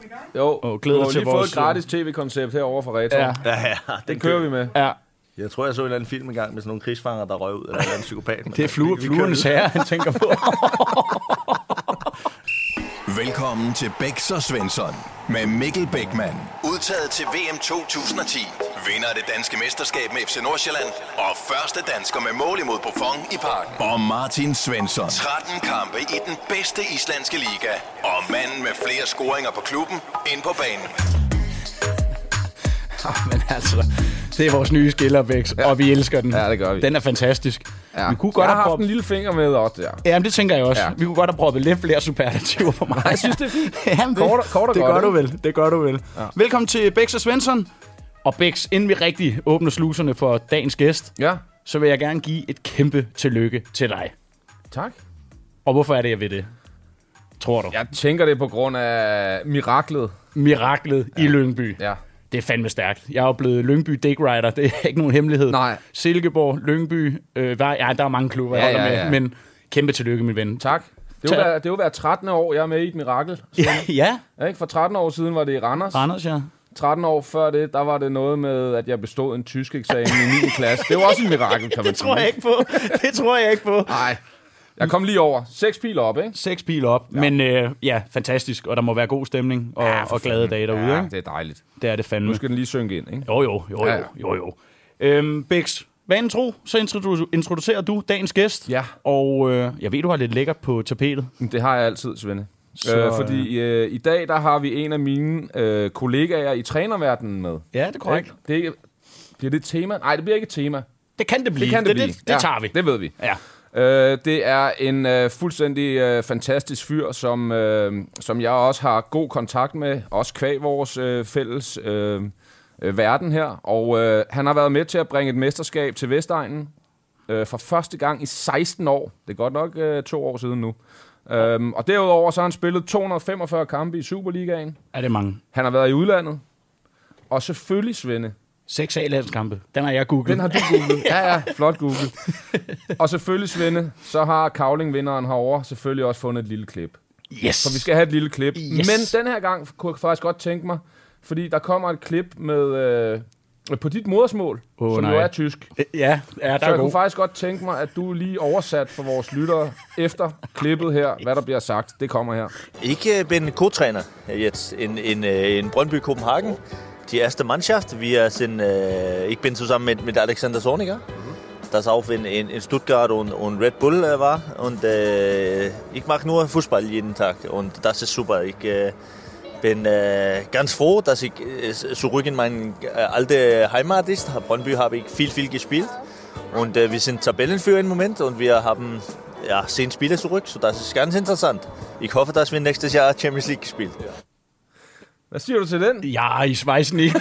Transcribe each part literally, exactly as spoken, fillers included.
Jo, og du har til lige fået vores et gratis tv-koncept herovre fra Retro. Ja. Ja, ja, Det kører vi med. Ja. Jeg tror, jeg så en eller anden film engang med sådan nogle krigsfanger, der røg ud, eller en eller anden psykopat. Det er flue, fluernes herre, han tænker på. Velkommen til Bæks og Svensson med Mikkel Bækman. Udtaget til V M to tusind og ti. Vinder det danske mesterskab med F C Nordsjælland. Og første dansker med mål imod Buffon i Parken. Og Martin Svensson. tretten kampe i den bedste islandske liga. Og manden med flere scoringer på klubben ind på banen. Men altså, det er vores nye skiller, Bæks, ja. Og vi elsker den. Ja, det gør vi. Den er fantastisk. Ja. Vi kunne godt jeg har have haft proppet... en lille finger med også der. Jamen, det tænker jeg også. Ja. Vi kunne godt have proppet lidt flere superlativer på mig. Nej, jeg synes, det er fint. Jamen, kort, kort og det godt, gør ikke? du vel. Det gør du vel. Ja. Velkommen til Bæks og Svensson. Og Bæks, inden vi rigtig åbner sluserne for dagens gæst, Ja, så vil jeg gerne give et kæmpe tillykke til dig. tak. Og hvorfor er det, jeg ved det? Tror du? Jeg tænker det på grund af miraklet. Miraklet ja. i Lyngby. Ja. Det er fandme stærkt. Jeg er jo blevet Lyngby Dick Rider. Det er ikke nogen hemmelighed. Nej. Silkeborg, Lyngby. Øh, var, ja, der er mange klubber, jeg Ja, holder ja, ja. med. Men kæmpe tillykke, min ven. Tak. Det Tak. vil, være, det vil være trettende år, jeg er med i et mirakel. Ja, ja. Ja, ikke? For tretten år siden var det i Randers. Randers, ja. tretten år før det, der var det noget med, at jeg bestod en tysk eksamen i niende klasse. Det var også en mirakel, kan man Det tror jeg ikke på. Det tror jeg ikke på. Nej. Jeg kom lige over. Seks pil op, ikke? Seks pil op. Ja. Men øh, ja, fantastisk. Og der må være god stemning og, Ja, og glade dage derude. Ja, Ikke? det er dejligt. Det er det fandme. Nu skal den lige synke ind, ikke? Jo, jo, jo, jo. Ja, ja. jo, jo. Øhm, Bæks, vanen tro, så introdu- introducerer du dagens gæst. Ja. Og øh, jeg ved, du har lidt lækkert på tapetet. Det har jeg altid, Svende. Så, øh, fordi øh, i dag, der har vi en af mine øh, kollegaer i trænerverdenen med. Ja, det er korrekt. Det er ikke, bliver det et tema? Nej, det bliver ikke et tema. Det kan det blive. Det kan det, det blive. Det, det, det tager vi. Det ved vi. Ja. Øh, det er en øh, fuldstændig øh, fantastisk fyr, som, øh, som jeg også har god kontakt med, også kvæg vores øh, fælles øh, øh, verden her. Og øh, han har været med til at bringe et mesterskab til Vestegnen øh, for første gang i seksten år. Det er godt nok øh, to år siden nu. Ja. Øhm, og derudover så har han spillet to hundrede og femogfyrre kampe i Superligaen. Er det mange? Han har været i udlandet. Og selvfølgelig, Svende, Seks A-landskampe. Den har jeg googlet. den har du googlet. Ja, ja, flot googlet. Og selvfølgelig, Svende, så har Kavling-vinderen herovre selvfølgelig også fundet et lille klip. Yes. Så vi skal have et lille klip. Yes. Men den her gang kunne jeg faktisk godt tænke mig, fordi der kommer et klip med øh, på dit modersmål, Åh, som nej. jo er tysk. Ja, ja, der Så er jeg kunne god. faktisk godt tænke mig, at du lige oversat for vores lyttere efter klippet her, hvad der bliver sagt. Det kommer her. Ich äh, bin Co-Trainer jetzt in, in, äh, in Brøndby Kopenhagen. Die erste Mannschaft. Wir sind, äh, ich bin zusammen mit, mit Alexander Zorniger, das auch in, in, in Stuttgart und, und Red Bull äh, war. Und äh, ich mache nur Fußball jeden Tag und das ist super. Ich äh, bin äh, ganz froh, dass ich äh, zurück in meine äh, alte Heimat ist. Brøndby habe ich viel, viel gespielt und äh, wir sind Tabellenführer im Moment und wir haben ja, zehn Spiele zurück, so das ist ganz interessant. Ich hoffe, dass wir nächstes Jahr Champions League spielen. Hvad siger du til den? Ja, i Schweizen ikke.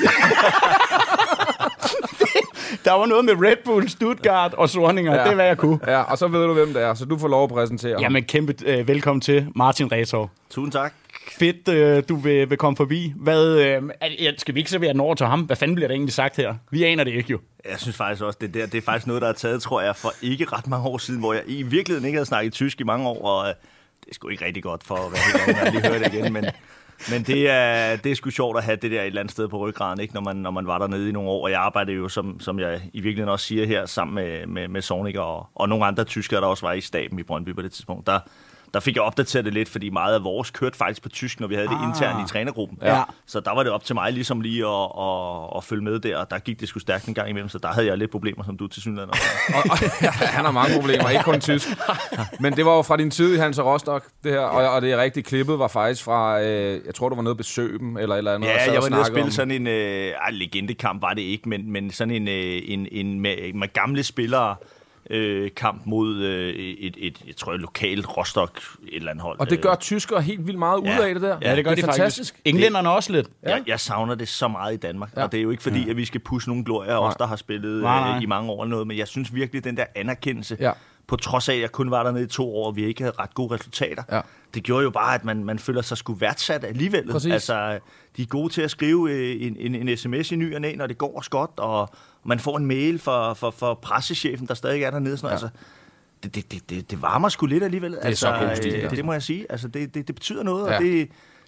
Der var noget med Red Bull, Stuttgart og Sorninger. Ja. Det er, hvad jeg kunne. Ja, og så ved du, hvem det er, så du får lov at præsentere ham. Jamen, kæmpe øh, velkommen til Martin Retov. Tusind tak. Fedt, øh, du vil, vil komme forbi. Hvad, øh, er, skal vi ikke servere den over til ham? Hvad fanden bliver der egentlig sagt her? Vi aner det ikke jo. Jeg synes faktisk også, det der, det er faktisk noget, der er taget, tror jeg, for ikke ret mange år siden, hvor jeg i virkeligheden ikke havde snakket tysk i mange år, og øh, det er sgu ikke rigtig godt for at være helt ærlig, når jeg lige hører det igen, men... Men det er, det er sgu sjovt at have det der et eller andet sted på ryggraden, ikke? Når, man, når man var dernede i nogle år. Og jeg arbejdede jo, som, som jeg i virkeligheden også siger her, sammen med, med, med Zorniger og, og nogle andre tyskere, der også var i staben i Brøndby på det tidspunkt. Der, der fik jeg opdateret det lidt, fordi meget af vores kørte faktisk på tysk, når vi havde det Ah. internt i trænergruppen. Ja. Så der var det op til mig ligesom lige at, at, at følge med der, og der gik det sgu stærkt en gang imellem, så der havde jeg lidt problemer, som du til synligheden også. og, og, ja, han har mange problemer, ikke kun tysk. Men det var jo fra din tid i Hansa Rostock, det her, og, og det rigtige klippet var faktisk fra, øh, jeg tror, du var nede at besøge dem, eller eller andet. Ja, og jeg var nede og snakkede spille om- sådan en, øh, ej, legendekamp var det ikke, men, men sådan en, øh, en, en med, med gamle spillere, Øh, kamp mod øh, et, et, et, jeg tror, et lokalt Rostock et eller andet hold. Og det gør tyskere helt vildt meget ud Ja. af det der. Ja, det gør det de er fantastisk. faktisk. Englænderne også lidt. Ja. Jeg, jeg savner det så meget i Danmark, Ja. ja. Og det er jo ikke fordi, ja. at vi skal pusse nogle glorier, os der har spillet Nej, nej. øh, i mange år eller noget, men jeg synes virkelig, den der anerkendelse, Ja. på trods af, at jeg kun var dernede i to år, og vi ikke havde ret gode resultater, Ja. det gjorde jo bare, at man, man føler sig sgu værdsat alligevel. Præcis. Altså, de er gode til at skrive øh, en, en, en sms i ny og næ, når det går os godt, og man får en mail for, for, for pressechefen, der stadig er dernede. Sådan, ja. altså, det, det, det, det, det varmer sgu lidt alligevel. Det er så god stil, øh, ja. det må jeg sige. Altså, det, det, det betyder noget, Ja. og det,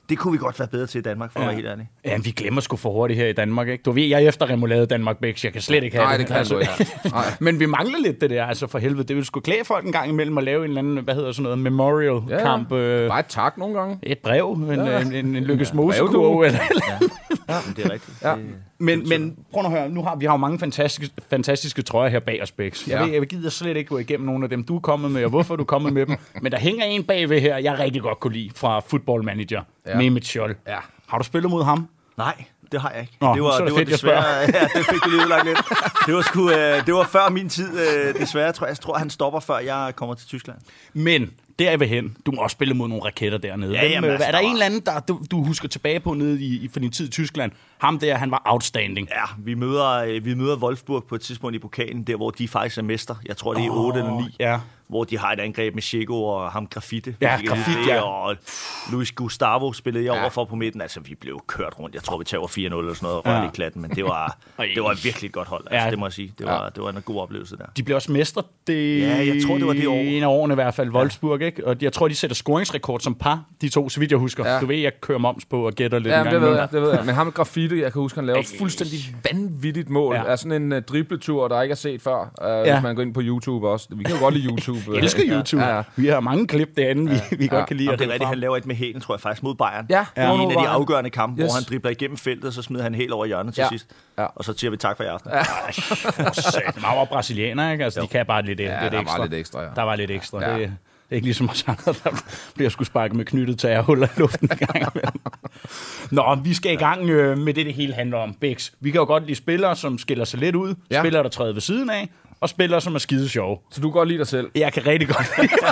Det kunne vi godt være bedre til i Danmark, for ja. at være helt ærlig. Ja, vi glemmer sgu for hurtigt her i Danmark, ikke? Du ved, jeg er efter remoulade Danmark Bæks. Jeg kan slet ikke have Nej, det. det kan altså, du ikke. Men vi mangler lidt det der, altså for helvede. Det vil sgu klæde folk en gang imellem at lave en eller anden, hvad hedder sådan noget, memorial-kamp. Ja, ja. Bare et tak nogle gange. Et brev, en, ja. en, en, en Lykkes Mose-kurve. Ja. Ja, det er rigtigt. Ja. Det, men, men prøv at høre, nu har vi har jo mange fantastiske, fantastiske trøjer her bag os, Bæks. Jeg, Ja. ved, jeg gider slet ikke gå igennem nogle af dem, du er kommet med, og hvorfor du er kommet med dem. Men der hænger en bagved her, jeg rigtig godt kunne lide, fra Football Manager, Ja. Mehmet Scholl. Ja. Har du spillet mod ham? nej, det har jeg ikke. Nå, det var, så er det det var fedt, jeg desværre, ja, det fik du lige udlagt lidt. Det var, sgu, øh, det var før min tid, øh, desværre. Tror jeg, jeg tror, han stopper, før jeg kommer til Tyskland. Men der er vi hen. Du må også spille mod nogle raketter dernede. Ja, Hvem, jamen, øh, altså, er der der en var- eller anden, der du, du husker tilbage på nede i, i for din tid i Tyskland? Ham der, han var outstanding. Ja, vi møder, øh, vi møder Wolfsburg på et tidspunkt i pokalen, der hvor de faktisk er mester. Jeg tror, det er otte eller ni. Ja. Hvor de har et angreb med Chego og ham Graffite. Ja, hvis I kan huske Graffite, det, ja. Og Luis Gustavo spillede jeg Ja. overfor på midten. Altså, vi blev kørt rundt. Jeg tror, vi tager fire nul eller sådan noget og rørte Ja. i klatten. Men det var, det var virkelig et godt hold. Altså, Ja. det må jeg sige. Det var, det var en god oplevelse der. De blev også mestre. Det, Ja, jeg tror, det var det år. En af årene i hvert fald, Wolfsburg, ikke? Og jeg tror, de sætter scoringsrekord som par, de to, så vidt jeg husker. Ja. Du ved, jeg kører moms på og gætter lidt Ja, en gang det ved imellem. jeg, det ved jeg. Men ham med Graffiti, jeg kan huske, han laver et Ej. fuldstændig vanvittigt mål. Ja. Ja. Er sådan en uh, dribletur, der ikke er set før, uh, Ja. hvis man går ind på YouTube også. Vi kan jo godt lide YouTube. Jeg elsker YouTube. Ja, ja. Vi har mange klip derinde, vi, vi godt kan lide Jamen, at det er hive rigtigt, frem. han laver et med hælen, tror jeg faktisk, mod Bayern. Ja, I det var en mod af de Bayern. afgørende kampe, Yes. hvor han dribler igennem feltet, så smider han helt over hjørnet til Ja. sidst. Ja. Og så siger vi tak for i aften. Ej, for satan. Han var brasilianer, ikke? Altså, de kan bare lidt, Ja, lidt der var ekstra. lidt ekstra, ja. Der var lidt ekstra. Ja. Det, det er ikke ligesom os andre, der bliver sgu sparket med knyttet tæerhuller i luften en gang imellem. Nå, vi skal i gang øh, med det, det hele handler om. Bæks. Vi kan jo godt lide spillere, som skiller sig lidt ud. Ja. Spillere, der træder ved siden af. Og spillere, som er skide sjove. Så du kan godt lide dig selv. Jeg kan rigtig godt lide mig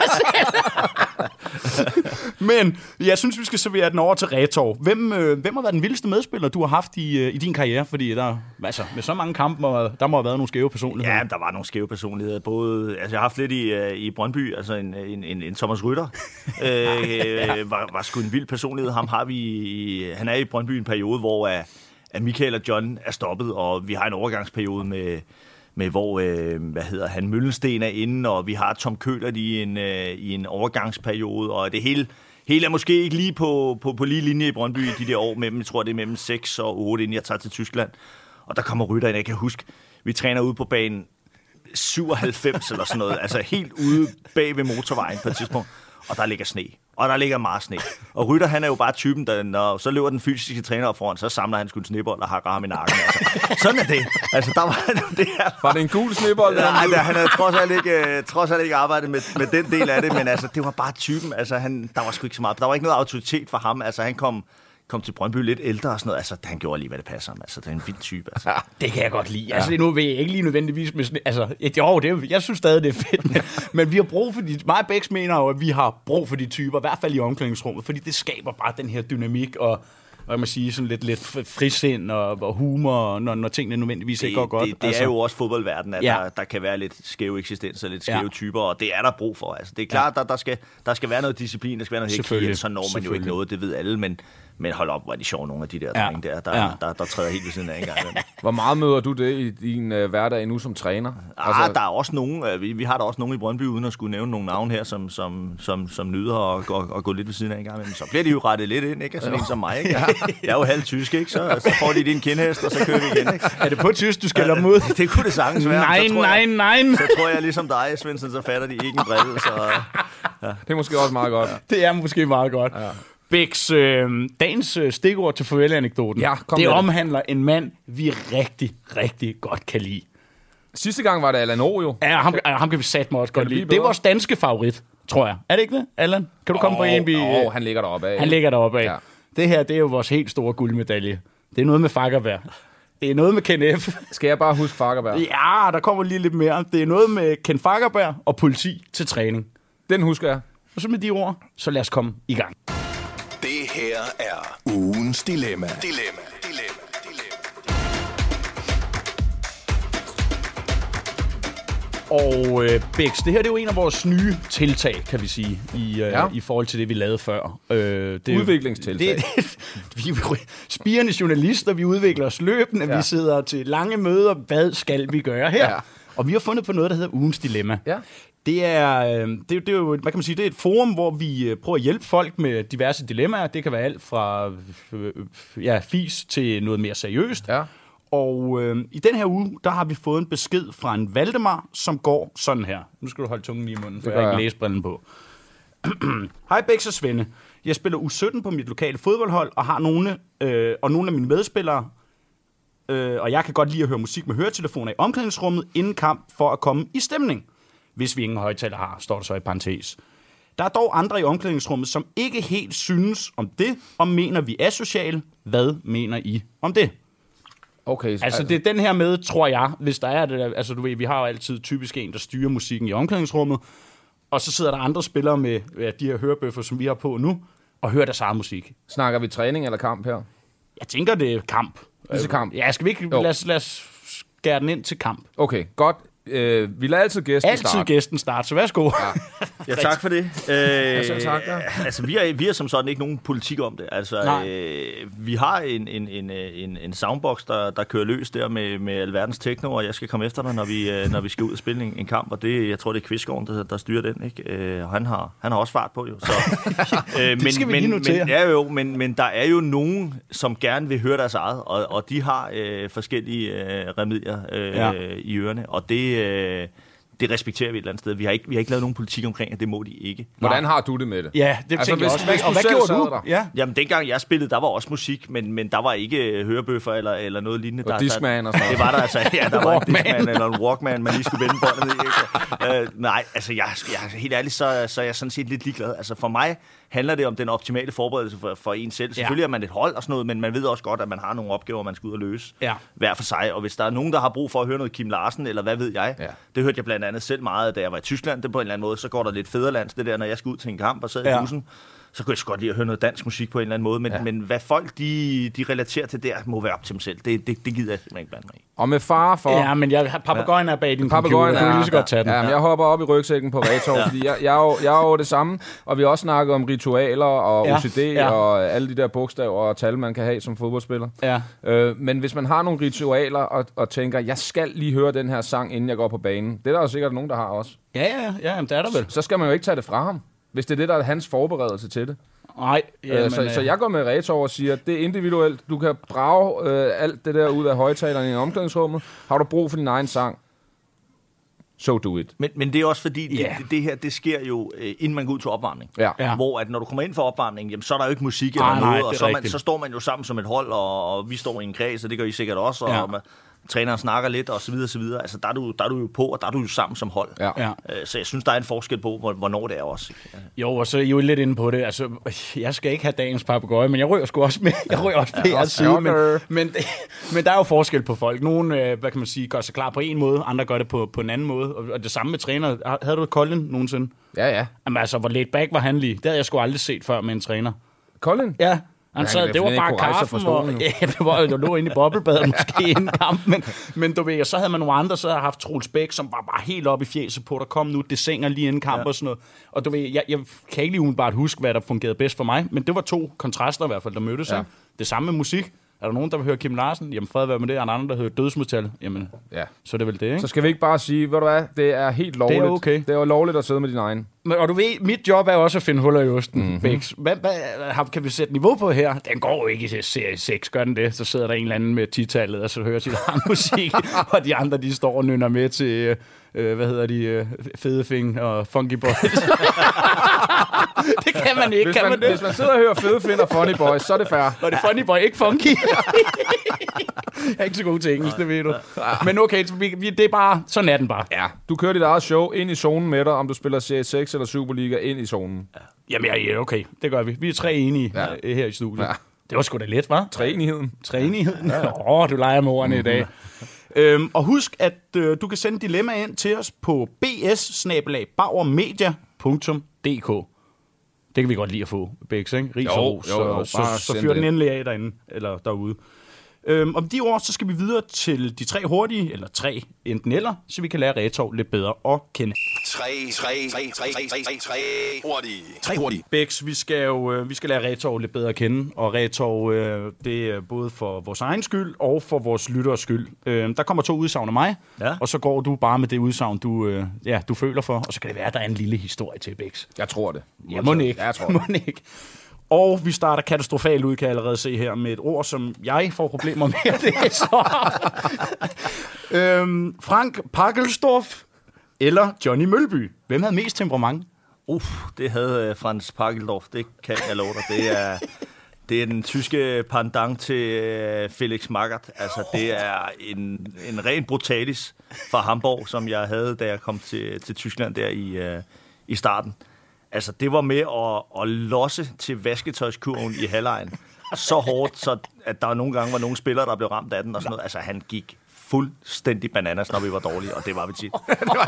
selv. Men jeg synes, vi skal servere den over til Retor. Hvem, øh, hvem har været den vildeste medspiller, du har haft i, øh, i din karriere? Fordi der, altså, med så mange kampe, må, der må have været nogle skæve personligheder. Ja, der var nogle skæve personligheder. Både, altså, jeg har haft lidt i, uh, i Brøndby, altså en, en, en, en Thomas Rytter. øh, var, var sgu en vild personlighed. Ham har vi, i- han er i Brøndby en periode, hvor uh, at Michael og John er stoppet, og vi har en overgangsperiode med, med hvor, øh, hvad hedder han, Møllensten er inde, og vi har Tom Køhler i en, øh, i en overgangsperiode, og det hele, hele er måske ikke lige på, på, på lige linje i Brøndby i de der år mellem, jeg tror det er mellem seks og otte, inden jeg tager til Tyskland. Og der kommer Rytter ind, jeg kan huske, vi træner ude på banen syvoghalvfems eller sådan noget, altså helt ude bag ved motorvejen på et tidspunkt, og der ligger sne. Og der ligger meget sne. Og Rytter, han er jo bare typen, der når så løber den fysiske træner op foran, så samler han sgu en snebold og hakker ham i nakken. Altså. Sådan er det. Altså, der var det her. Var det en gul snebold? Nej, der, han havde trods alt ikke, trods alt ikke arbejdet med, med den del af det, men altså, det var bare typen. Altså, han, der var sgu ikke så meget. Der var ikke noget autoritet for ham. Altså, han kom, kom til Brøndby lidt ældre og sådan noget. Altså, han gjorde lige, hvad det passer ham. Altså, det er en vild type. Altså. Det kan jeg godt lide. Ja. Altså, det nu vil jeg ikke lige nødvendigvis med sådan, altså, et, jo, det, er- jeg synes stadig, det er fedt, men, men vi har brug for de, mig og Bæks mener jo, at vi har brug for de typer, i hvert fald i omklædningsrummet, fordi det skaber bare den her dynamik og, hvad man siger, sådan lidt, lidt frisind og, og humor, når, når tingene nødvendigvis ikke går godt. Det, det altså. er jo også fodboldverden, at Ja. ja. der, der kan være lidt skæve eksistenser, lidt skæve Ja. ja. typer, og det er der brug for. Altså, det er klart, ja. der, der, skal, der skal være noget disciplin, der skal være noget Selvfølgelig. hierarki, så når man jo ikke noget, det ved alle, men, men hold op, hvor er de sjove, nogle af de der Ja. drenge der, der, Ja. ja. der, der, der træder helt ved siden af en gang. Hvor meget møder du det i din øh, hverdag nu som træner? Altså, ah, der er også nogen, øh, vi, vi har der også nogen i Brøndby, uden at skulle nævne nogle navne her, som, som, som, som nyder at, at, at gå lidt ved siden af en gang. Men så bliver de jo rettet lidt ind, ikke? Sådan en som mig, ikke? Jeg, jeg er jo halv tysk, ikke? Så, så får de din kindhest, og så kører vi igen, ikke? Er det på tysk, du skal dem ud? Det kunne det sagtens være. Nej, så tror nej, jeg, nej. Så tror jeg, ligesom dig, Svendsen, så fatter de ikke en brille, så... Det er måske også meget godt. Det er måske meget godt. Ja. Bæks, øh, dagens øh, stikord til farvel-anekdoten, Ja, kom det med det. omhandler en mand, vi rigtig, rigtig godt kan lide. Sidste gang var det Allan O jo. Ja, ham, ja, ham kan vi satme også godt det blive lide. Det er bedre? vores danske favorit, tror jeg. Er det ikke det, Allan? Kan du komme Åh, på en, vi... åh, han ligger deroppe af. Han ligger deroppe af. Ja. Det her, det er jo vores helt store guldmedalje. Det er noget med Fakkerberg. Det er noget med Ken F. Skal jeg bare huske Fagerberg? Ja, der kommer lige lidt mere. Det er noget med Ken Fakkerberg og politi til træning. Den husker jeg. Og så med de ord, så lad os komme i gang. Det her er ugens dilemma. Dilemma, dilemma, dilemma. Og øh, Bæks, det her det er jo en af vores nye tiltag, kan vi sige, i, øh, Ja. i forhold til det, vi lavede før. Øh, det er jo- Udviklingstiltag. Det, det, vi er jo spirende journalister, vi udvikler os løbende, ja. Vi sidder til lange møder, hvad skal vi gøre her? Ja. Og vi har fundet på noget, der hedder ugens dilemma. Ja. Det er, øh, det, det er jo, hvad kan man sige, det er et forum, hvor vi øh, prøver at hjælpe folk med diverse dilemmaer. Det kan være alt fra øh, ja, fis til noget mere seriøst. Ja. Og øh, i den her uge, der har vi fået en besked fra en Valdemar, som går sådan her. Nu skal du holde tungen lige i munden, for jeg har ikke læsebrillen på. Hej Bæks og Svende. Jeg spiller U sytten på mit lokale fodboldhold, og har nogle, øh, og nogle af mine medspillere, øh, og jeg kan godt lide at høre musik med høretelefoner i omklædningsrummet inden kamp, for at komme i stemning. Hvis vi ingen højtaler har, står der så i parentes. Der er dog andre i omklædningsrummet, som ikke helt synes om det, og mener vi er sociale. Hvad mener I om det? Okay. Altså, det er den her med, tror jeg, hvis der er det der, altså du ved, vi har jo altid typisk en, der styrer musikken i omklædningsrummet, og så sidder der andre spillere med ja, de her hørebøffer, som vi har på nu, og hører deres egen musik. Snakker vi træning eller kamp her? Jeg tænker, det er kamp. Det er kamp? Ja, skal vi ikke lad os, lad os skære den ind til kamp? Okay, godt. Øh, vi lader altid gæsten altid starte. Altid gæsten starte, så værsgo. Ja, ja tak for det. Øh, ja, selv tak, ja. Altså, vi har, vi har som sådan ikke nogen politik om det. Altså, øh, vi har en, en, en, en, en soundbox, der, der kører løs der med, med alverdens techno, og jeg skal komme efter dig, når vi, når vi skal ud og spille en, en kamp, og det, jeg tror, det er Kvistgården, der, der styrer den, ikke? Øh, og han har, han har også fart på, jo. Så, øh, det men, skal vi lige notere. Men, ja, jo, men, men der er jo nogen, som gerne vil høre deres eget, og, og de har øh, forskellige øh, remedier øh, ja. i ørerne, og det det respekterer vi et eller andet sted. Vi har ikke, vi har ikke lavet nogen politik omkring, at det må de ikke. Hvordan har du det med det? Ja, det altså, tænker jeg også. Hvis, og hvad gjorde du? Der? Ja. Jamen, dengang jeg spillede, der var også musik, men, men der var ikke hørebøffer eller, eller noget lignende. Og der, Discman og sådan noget. Det var der altså. Ja, der var en Discman eller en Walkman, man lige skulle vende båndet i. uh, nej, altså, jeg, jeg, helt ærligt, så, så er jeg sådan set lidt ligeglad. Altså, for mig handler det om den optimale forberedelse for, for en selv. Selvfølgelig ja. er man et hold og sådan noget, men man ved også godt, at man har nogle opgaver, man skal ud og løse. Ja. Hver for sig. Og hvis der er nogen, der har brug for at høre noget Kim Larsen, eller hvad ved jeg, ja. det hørte jeg blandt andet selv meget, da jeg var i Tyskland. Det på en eller anden måde, så går der lidt fædrelands, det der, når jeg skal ud til en kamp og sidder ja. i bussen. Så kunne jeg så godt lide at høre noget dansk musik på en eller anden måde, men, ja. men hvad folk de, de relaterer til der, må være op til dem selv. Det, det, det gider jeg simpelthen ikke blande mig i. Og med far for... Ja, men jeg, papagøjen er bag din computer, du kan lige så godt tage den. Ja, men jeg hopper op i rygsækken på Retor, ja. fordi jeg, jeg, er jo, jeg er jo det samme, og vi har også snakket om ritualer og ja. O C D ja. og alle de der bogstaver og tal, man kan have som fodboldspiller. Ja. Øh, men hvis man har nogle ritualer og, og tænker, jeg skal lige høre den her sang, inden jeg går på banen, det er der jo sikkert nogen, der har også. Ja, ja, ja, det er der vel. Så skal man jo ikke tage det fra ham, hvis det er det, der er hans forberedelse til det. Nej, øh, så, øh, så jeg går med Retor og siger, at det er individuelt. Du kan brage øh, alt det der ud af højtalerne i omklædningsrummet. Har du brug for din egen sang, so do it. Men, men det er også fordi, yeah. det, det her, det sker jo, øh, inden man går ud til opvarmning. Ja. Ja. Hvor at når du kommer ind for opvarmningen, jamen, så er der jo ikke musik eller ah, noget, nej, og så, man, så står man jo sammen som et hold, og, og vi står i en kreds, og det gør I sikkert også, ja. og man, træneren snakker lidt, og så videre, så videre. Altså, der er, du, der er du jo på, og der er du jo sammen som hold. Ja. Ja. Så jeg synes, der er en forskel på, hvornår det er også. Jo, og så er I jo lidt inde på det. Altså, jeg skal ikke have dagens papegøje, men jeg rører sgu også med. Jeg rører også med jeres side. Men, men, men der er jo forskel på folk. Nogle, hvad kan man sige, gør sig klar på en måde, andre gør det på, på en anden måde. Og det samme med træner. Havde du Colin nogensinde? Ja, ja. Jamen, altså, hvor laid back var han lige? Det havde jeg sgu aldrig set før med en træner. Colin? Ja. Han sad, det var bare kaffen, og ja, det var jo lå inde i boblebadet måske inden kamp, men, men du ved, så havde man nogle andre, så havde haft Troels Bæk, som var bare helt oppe i fjeset på, der kom nu, det sænger lige inden kamp ja. og sådan noget. Og du ved, jeg, jeg kan ikke lige umiddelbart huske, hvad der fungerede bedst for mig, men det var to kontraster i hvert fald, der mødtes. Ja. Det samme med musik. Er der nogen, der vil høre Kim Larsen? Jamen fred være med det. Er der andre, der hører dødsmetal? Jamen, ja. så er det vel det, ikke? Så skal vi ikke bare sige, ved du hvad, det er helt lovligt. Det er okay. Det er jo lovligt at sidde med din egen. Men, og du ved, mit job er også at finde huller i osten. Mm-hmm. Hvad, hvad, kan vi sætte niveau på her? Den går jo ikke i serie seks, gør den det? Så sidder der en eller anden med titallet, og så hører sit egen musik, og de andre, de står og nynner med til, øh, hvad hedder de, øh, Fedefing og Funky Boys. Det kan man ikke, hvis kan man, man det? Hvis man sidder og hører Fedefing og Funny Boys, så er det fair. Og det er Funny Boy, ikke Funky. Jeg er ikke så god til engelsk, det ved du. Men okay, det er bare, sådan er den bare. Ja, du kører dit eget show ind i zonen med dig, om du spiller serie seks eller Superliga, ind i zonen. Ja. Jamen ja, okay, det gør vi. Vi er tre enige ja. her i studiet. Ja. Det var sgu da let, hva'? Treenigheden. Treenigheden? Åh, ja. oh, du leger med ordene mm-hmm. i dag. Øhm, og husk, at øh, du kan sende dilemma ind til os på b s bindestreg bauermedia punktum d k. Det kan vi godt lide at få, Bæks, ikke? Ris og ros. Så, så, så fyr den endelig af derinde, eller derude. Øhm, om de år, så skal vi videre til de tre hurtige, eller tre enten eller, så vi kan lære Rhetorv lidt bedre at kende. Tre, tre, tre, tre, tre, tre, tre hurtige. Tre hurtige. Bæks, vi skal jo øh, vi skal lære Rhetorv lidt bedre at kende, og Rhetorv, øh, det er både for vores egen skyld og for vores lytteres skyld. Øh, der kommer to udsagn af mig, Ja. og så går du bare med det udsagn, du, øh, ja, du føler for, og så kan det være, at der er en lille historie til, Bæks. Jeg tror det. Ja, må ikke. Ja, jeg tror Må det. ikke. Og vi starter katastrofalt ud, kan jeg allerede se her, med et ord, som jeg får problemer med at læse op. øhm, Frank Pagelsdorf eller Johnny Mølby. Hvem havde mest temperament? Uff, det havde uh, Franz Pagelsdorf, det kan jeg love dig. Det er, det er den tyske pendant til uh, Felix Magath. Altså, det er en, en ren brutalis fra Hamburg, som jeg havde, da jeg kom til, til Tyskland der i, uh, i starten. Altså, det var med at, at losse til vasketøjskurven i halvlejen. Så hårdt, så at der nogle gange var nogle spillere, der blev ramt af den og sådan noget. Altså, han gik fuldstændig bananas, når vi var dårlige, og det var vi tit.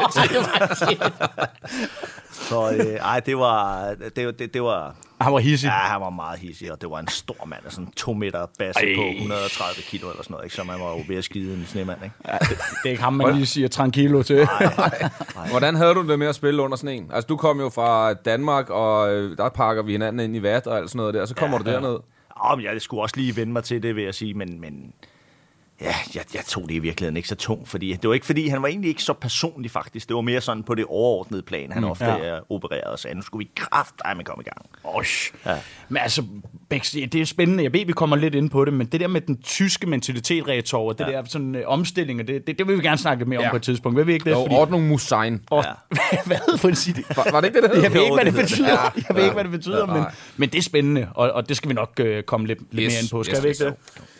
Så øh, ej, det var, det, det, det var... Han var hissig. Ja, han var meget hissig, og det var en stor mand, altså sådan to meter basse på et hundrede og tredive kilo eller sådan noget, ikke? Så man var jo ved at skide en snemand, ikke? Ja, det, det er ikke ham, man lige siger tranquilo til. Hvordan havde du det med at spille under sådan en? Altså, du kom jo fra Danmark, og øh, der pakker vi hinanden ind i vat og alt sådan noget der, og så kommer ja, du derned. Ja, men jeg skulle også lige vende mig til det, vil jeg sige, men... men ja, jeg, jeg tog det i virkeligheden ikke så tungt, fordi det var ikke fordi, han var egentlig ikke så personlig faktisk. Det var mere sådan på det overordnede plan, han mm, ofte ja. opererede og sagde, nu skulle vi kraft, ej, men kom i gang. Osh. Ja. Men altså, Bæks, det er spændende. Jeg ved, vi kommer lidt ind på det, men det der med den tyske mentalitet, Rhetorv, og det ja. der sådan uh, omstilling, og det, det, det vil vi gerne snakke lidt mere ja. om på et tidspunkt. Ved vi ikke det? Jo, fordi... Ordnung Musein. Og... Ja. Hvad for at sige det? Var, var det ikke det, det Jeg ved ikke, hvad det betyder. Ja. Jeg ved ikke, hvad det betyder, ja, men, men det er spændende, og, og det skal vi nok uh, komme lidt, lidt yes. mere ind på. Skal yes, vi ikke det?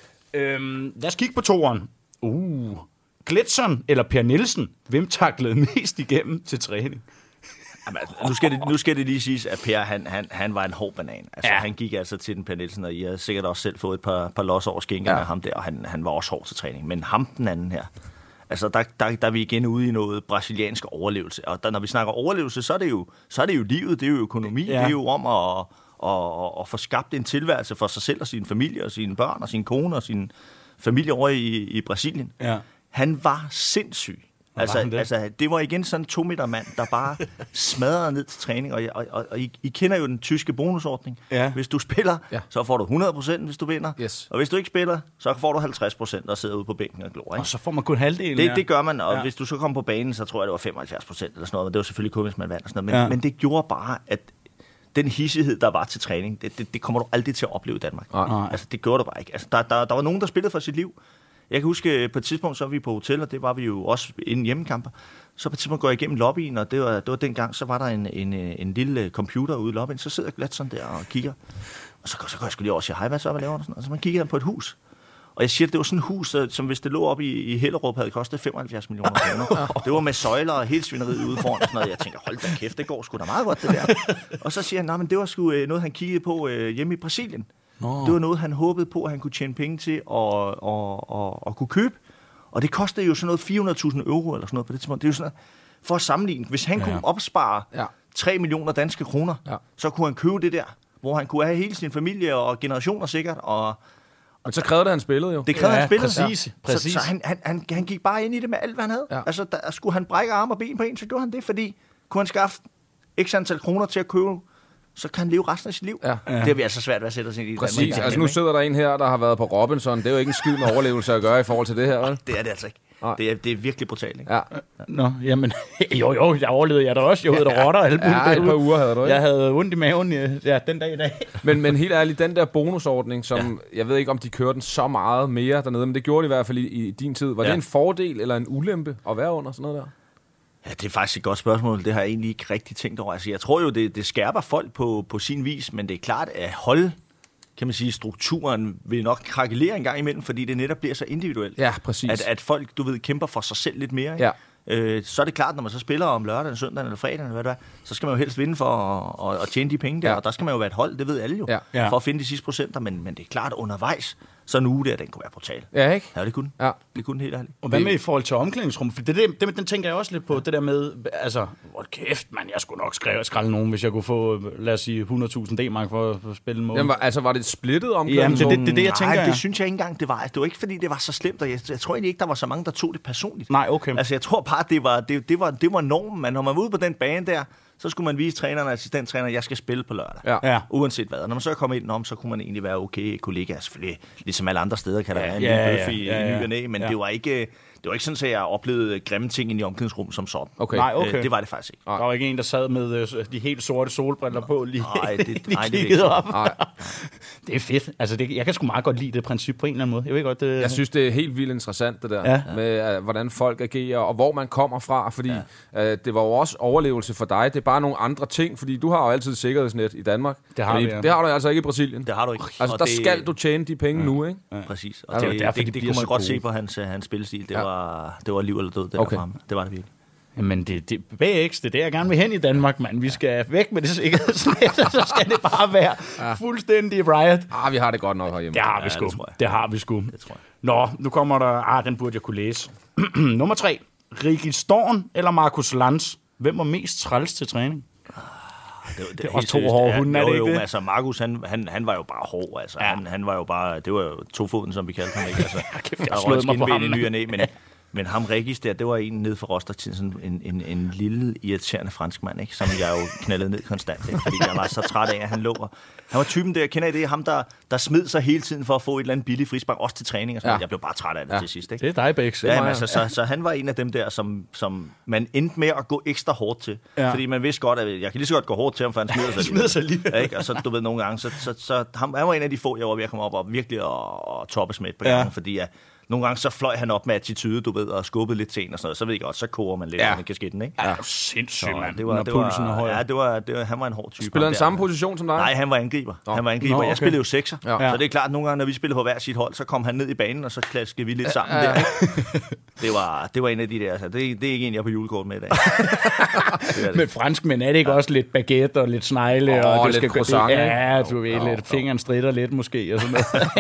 Øhm, lad os kigge på toeren. Uh, Gletsson eller Per Nielsen? Hvem taklede mest igennem til træning? Jamen, nu, skal det, nu skal det lige siges, at Per, han, han, han var en hård banan. Altså, Ja. han gik altså til den Per Nielsen, og I havde sikkert også selv fået et par, par los over skænkerne Ja. af ham der, og han, han var også hård til træning. Men ham den anden her, altså, der, der, der er vi igen ude i noget brasiliansk overlevelse. Og der, når vi snakker overlevelse, så er det jo, så er det jo livet, det er jo økonomi, Ja. det er jo om at, at, at, at få skabt en tilværelse for sig selv og sin familie og sine børn og sin kone og sin familie over i, i Brasilien. Ja. Han var sindssyg. var Altså, han det? altså, det var igen sådan en to meter mand, der bare smadrede ned til træning. Og, og, og, og I, I kender jo den tyske bonusordning. Ja. Hvis du spiller, Ja. så får du hundrede procent, hvis du vinder. Yes. Og hvis du ikke spiller, så får du halvtreds procent og sidder ude på bænken og glor. Ikke? Og så får man kun halvdelen. Det, ja. det gør man, og Ja. ja. hvis du så kommer på banen, så tror jeg, det var femoghalvfjerds procent eller sådan noget. Men det var selvfølgelig kun, hvis man vandt og sådan noget. Men, Ja. ja. men det gjorde bare, at den hissighed, der var til træning, det, det, det kommer du aldrig til at opleve i Danmark. Nej. Altså, det gjorde du bare ikke. Altså, der, der, der var nogen, der spillede for sit liv. Jeg kan huske, på et tidspunkt, så var vi på hotel, og det var vi jo også inden hjemmekamper. Så på et tidspunkt går jeg igennem lobbyen, og det var, det var dengang, så var der en, en, en lille computer ude i lobbyen. Så sidder Gletsson der og kigger. Og så, så går jeg sgu lige over og siger, hej, hvad så, hvad laver du? Og så man kigger på et hus. Og jeg siger, at det var sådan et hus, som hvis det lå op i, i Hellerup, havde kostet femoghalvfjerds millioner kroner. Det var med søjler og hele svineriet ude foran. Og sådan noget. Jeg tænker, hold da kæft, det går sgu da meget godt, det der. Og så siger han, nej, men det var sgu noget, han kiggede på øh, hjemme i Brasilien. Nå. Det var noget, han håbede på, at han kunne tjene penge til at, at, at, at kunne købe. Og det kostede jo sådan noget fire hundrede tusind euro eller sådan noget på det tidspunkt. Det er jo sådan, for at sammenligne, hvis han Ja. kunne opspare Ja. tre millioner danske kroner, Ja. så kunne han købe det der, hvor han kunne have hele sin familie og generationer sikkert, og Men så krævede det, han spillede jo. det krævede Ja, han spillet. præcis, præcis. Så, så han, han, han, han gik bare ind i det med alt, hvad han havde. Ja. Altså, der, skulle han brække arme og ben på en, så gjorde han det, fordi kunne han skaffe x antal kroner til at købe, så kan han leve resten af sit liv. Ja. Det er vi altså svært ved at sætte os ind i. Præcis. Danmark. Altså, nu sidder der en her, der har været på Robinson. Det er jo ikke en skid med overlevelse at gøre i forhold til det her, vel? Det er det altså ikke. Nej. Det er, det er virkelig brutalt, ikke? Ja. Nå, jamen, jo, jo, jeg overlevede jeg da også. Jeg havde der rotter og alt muligt. Ja, et par uger havde du, ikke? Jeg havde ondt i maven ja, den dag i dag. Men, men helt ærligt, den der bonusordning, som ja. jeg ved ikke, om de kørte den så meget mere dernede, men det gjorde de i hvert fald i, i din tid. Var ja. det en fordel eller en ulempe at være under sådan noget der? Ja, det er faktisk et godt spørgsmål. Det har jeg egentlig ikke rigtig tænkt over. Altså, jeg tror jo, det, det skærper folk på, på sin vis, men det er klart, at holde, kan man sige, strukturen vil nok krakelere en gang imellem, fordi det netop bliver så individuelt. Ja, præcis. At, at folk, du ved, kæmper for sig selv lidt mere. Ikke? Ja. Øh, så er det klart, når man så spiller om lørdagen, søndagen eller fredagen, eller hvad det er, så skal man jo helst vinde for at, at, at tjene de penge der, Ja. og der skal man jo være et hold, det ved alle jo, Ja. Ja. for at finde de sidste procenter, men, men det er klart, undervejs, Så en uge der, den kunne være brutal. Ja, ikke? Ja, det kunne Ja. Det kunne helt ærligt. Og hvad med i forhold til omklædningsrum? For det, det, det, den tænker jeg også lidt på, det der med, altså, hvor kæft, man, jeg skulle nok skrive, skralde nogen, hvis jeg kunne få, lad os sige, hundrede tusind D-mark for at spille en mål. Jamen, altså, var det splittet Jamen, omklædningsrum? det, det, det, det, jeg tænker, Nej, ja. det synes jeg ikke engang, det var. Det var ikke, fordi det var så slemt, og jeg, jeg tror egentlig ikke, der var så mange, der tog det personligt. Nej, okay. Altså, jeg tror bare, det var, det, det var, det var normen, man. Når man var ude på den bane der, så skulle man vise træneren og assistenttræner, at jeg skal spille på lørdag. Ja. Ja. Uanset hvad. Og når man så kom ind om, så kunne man egentlig være okay kollega. Selvfølgelig, ligesom alle andre steder, kan der Ja, være en ja, lille bøf ja, i ja, ja. ny og næ, men Ja. det var ikke... Det var ikke sådan, at jeg oplevede grimme ting ind i omklædningsrummet som sådan. Okay. Nej, okay. Øh, det var det faktisk ikke. Der var ikke en, der sad med øh, de helt sorte solbriller på, lige, Nej, det- lige nej, det er kiggede ikke op. Nej. Det er fedt. Altså, det, jeg kan sgu meget godt lide det princip på en eller anden måde. Jeg ved godt, det... Jeg synes, det er helt vildt interessant, det der, Ja. med uh, hvordan folk agerer, og hvor man kommer fra, fordi ja. uh, det var jo også overlevelse for dig. Det er bare nogle andre ting, fordi du har jo altid et sikkerhedsnet i Danmark. Det har fordi, vi, ja. Det har du altså ikke i Brasilien. Det har du ikke. Altså, Og der det- skal du tjene de penge ja. nu, ikke? Ja. Præcis. Og Altså, det, det er derfor, det, de det, det bliver kunne man så godt gode. se på hans, hans spillestil. Det, Ja. var, det var liv eller død Okay. derfra. Okay. Det var det virkelig. Men det, det, B X, det er det, jeg gerne vil hen i Danmark, mand. Vi skal væk med det sikkerhedsnet, og så skal det bare være ja. fuldstændig riot. Ah, vi har det godt nok herhjemme. Det har vi Ja, sgu. det tror jeg. Det har vi sgu. Det tror jeg. Nå, nu kommer der... Ah, den burde jeg kunne læse. Nummer tre. Ricky Storn eller Markus Lanz? Hvem var mest træls til træning? Det, det, Det er helt også to seriøst. hårde Ja, hunde, er det jo, ikke jo, det? Altså, Markus, han, han, han var jo bare hård. Altså. Ja. Han, han var jo bare... Det var jo tofoden, som vi kaldte ham, ikke? Altså, Kæft, jeg der har røg slået mig på skinben ham. i ny og næ, men... Men ham Regis der, det var en nede for Roster, sådan en, en, en lille irriterende franskmand, ikke? Som jeg jo knaldede ned konstant, ikke? Fordi jeg var så træt af, at han lå. Og han var typen der, kender I det? Ham, der, der smed sig hele tiden for at få et eller andet billigt frispark, også til træning og sådan Ja. noget. Jeg blev bare træt af det Ja. til sidst, ikke? Det er dig, Bex. Ja, men altså, så, så han var en af dem der, som, som man endte med at gå ekstra hårdt til. Ja. Ja. Fordi man vidste godt, at jeg kan lige så godt gå hårdt til ham, for han smider sig smider sig alligevel. Ja, ikke? Og så, du ved, nogle gange, så, så, så ham, han var en af de få, jeg var ved at komme op og virkelig og, og toppes med et par Ja. gange, fordi jeg, nogle gange så fløj han op med attitude, du ved, og skubbede lidt til en og sådan noget. Så ved jeg godt, så koger man lidt Ja. ja. i kasketten, ikke? Ja, sindssygt, Så mand. det var, Når det pulsen er var, høj. ja, det var, det var, han var en hård type. Spiller ham han der. samme position som dig? Nej, han var angriber. Nå. Han var angriber. Nå, Jeg okay. spillede jo sekser. Ja. Ja. Så det er klart, at nogle gange, når vi spillede på hver sit hold, så kom han ned i banen, og så klaskede vi lidt sammen der. Det var, det var en af de der. Altså, det, det er ikke en, jeg er på julekort med i dag. Det er det. Med franskmænd er det ikke ja. også lidt baguette og lidt snegle? Åh, og lidt skal croissant, det, ikke? Ja, du ved, Jo, lidt jo. fingeren stritter lidt måske, og sådan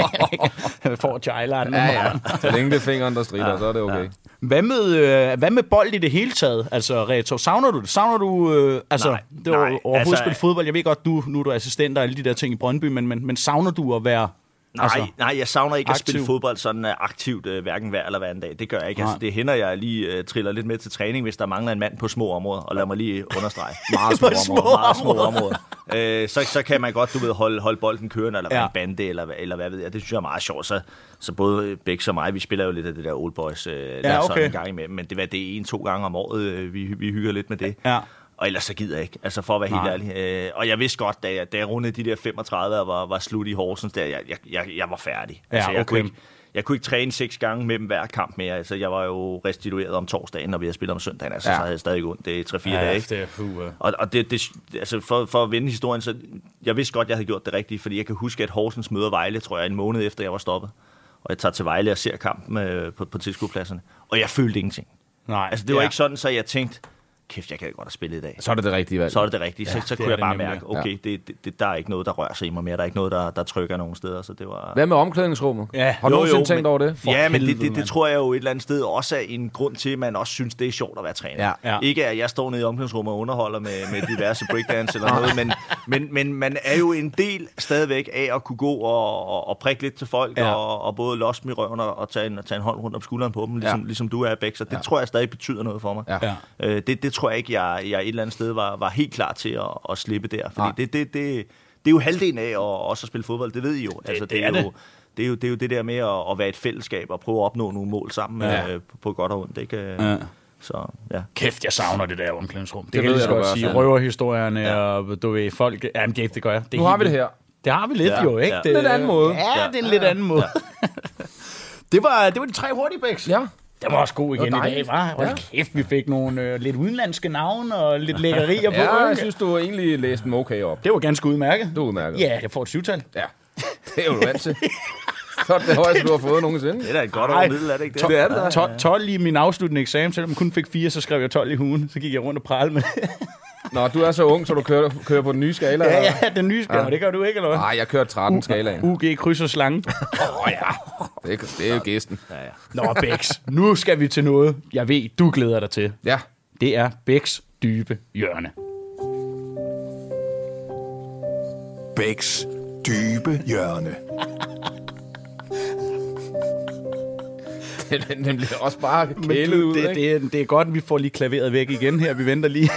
noget. Får Thailand. Ja, ja. Så længe det er fingeren, der strider, ja. så er det okay. Ja. Hvad med, øh, hvad med bold i det hele taget? Altså, Reto, savner du det? Savner du, øh, altså, Nej, det var nej, overhovedet altså- spille fodbold? Jeg ved godt, du, nu er du assistent og alle de der ting i Brøndby, men, men, men savner du at være... Nej, altså, altså, nej, jeg savner ikke aktiv. at spille fodbold sådan uh, aktivt, uh, hverken hver eller hver anden dag. Det gør jeg ikke. Nej. Altså, det hænder, jeg lige uh, triller lidt med til træning, hvis der mangler en mand på små områder. Og lad mig lige understrege. Meget små På små områder. Meget små områder. områder. uh, så, så kan man godt, du ved, holde, holde bolden kørende, eller være Ja. en bande, eller, eller hvad ved jeg. Det synes jeg er meget sjovt. Så, så både Bex og mig, vi spiller jo lidt af det der Old Boys uh, ja, okay. sådan en gang imellem. Men det, hvad, det er en-to gange om året, uh, vi, vi hygger lidt med det. Ja. Og ellers så gider jeg ikke, altså for at være Nej. helt ærlig. Øh, og jeg vidste godt, da jeg, da jeg rundede de der femogtredive og var, var slut i Horsens, der, jeg, jeg, jeg, jeg var færdig. Ja, altså, jeg, okay. kunne ikke, jeg kunne ikke træne seks gange mellem hver kamp mere. Altså, jeg var jo restitueret om torsdagen, når vi havde spillet om søndagen. Altså, Ja. så havde jeg stadig ondt. Det er tre-fire Ja, dage, ikke? det er fu, uh. Og, og det, det, altså for, for at vende historien, så jeg vidste godt, jeg havde gjort det rigtigt, fordi jeg kan huske, at Horsens møder Vejle, tror jeg, en måned efter, jeg var stoppet. Og jeg tager til Vejle og ser kampen øh, på, på tilskuerpladserne. Og jeg følte ingenting. Nej, Altså, det var ja. ikke sådan, så jeg tænkte, kæft, jeg kan godt have spillet i dag. Så er det det rigtige valg. Så er det det rigtige. Så, Ja, så det kunne er jeg det bare nemlig. mærke, okay, det, det, det, der er ikke noget, der rører sig i mig mere. Der er ikke noget, der, der trykker nogen steder. Så det var... Hvad med omklædningsrummet? Ja. Har du Jo, nogensinde jo, tænkt men- over det? For Ja, men det, helvede, det, det mand. tror jeg jo et eller andet sted også er en grund til, at man også synes, det er sjovt at være træner. Ja. Ja. Ikke at jeg står nede i omklædningsrummet og underholder med, med diverse breakdance eller noget, men, men, men man er jo en del stadigvæk af at kunne gå og, og, og prikke lidt til folk, Ja. og, og både losse dem i røven og, og tage, en, tage en hånd rundt om skulderen på dem, ligesom, Ja. ligesom du er, Bex. Så det Ja. tror jeg stadig betyder noget for mig. Ja. Ja. Øh, det, det tror jeg ikke, jeg, jeg et eller andet sted var, var helt klar til at, at slippe der. Fordi Nej. det, det, det, det er jo halvdelen af at også at spille fodbold, det ved I jo. Altså, det, det er er jo det. Er jo, det er jo det der med at, at være et fællesskab og prøve at opnå nogle mål sammen Ja. øh, på, på godt og ondt. Ikke? Ja. Så ja. Kæft, jeg savner det der omklædningsrum. Det, det ved kan jeg lige jeg, så du godt gør, sige. Sande. Røverhistorierne, ja. Ja. og du ved, folk... Jamen, det, det gør jeg. Det er Nu har helt vi det vildt. her. Det har vi lidt Ja. jo, ikke? Ja. Det, Lidt anden måde. Ja, Ja. det er en lidt anden måde. det, var, det var de tre hurtige bæks. Ja. Det var også god igen Det var i dag, dejligt. var. Hold Ja. kæft, vi fik nogle øh, lidt udenlandske navne og lidt lækkerier på. Ja, jeg ikke? synes, du egentlig læste dem okay op. Det var ganske udmærket. Du er udmærket. Ja, jeg får et syvtal. Ja. Det er jo du vant til. Så er det det højeste, du har fået nogensinde. Det er da et godt Ej. over middel, er det ikke det? Det er det da. tolv, tolv i min afsluttende eksamen, selvom jeg kun fik fire, så skrev jeg tolv i ugen. Så gik jeg rundt og prale med Nå, du er så ung, så du kører, kører på den nye skala? Ja, ja, den nye skala. Ja. Det gør du ikke, eller hvad? Nej, jeg kører tretten skalaen. U G kryds og slange. Åh oh, ja, det, det er jo gæsten. Ja, ja. Nå, Bæks, nu skal vi til noget, jeg ved, du glæder dig til. Ja. Det er Bæks dybe hjørne. Bæks dybe hjørne. Den bliver også bare kælet ud, det, ikke? det, er, det er godt, at vi får lige klaveret væk igen her. Vi venter lige.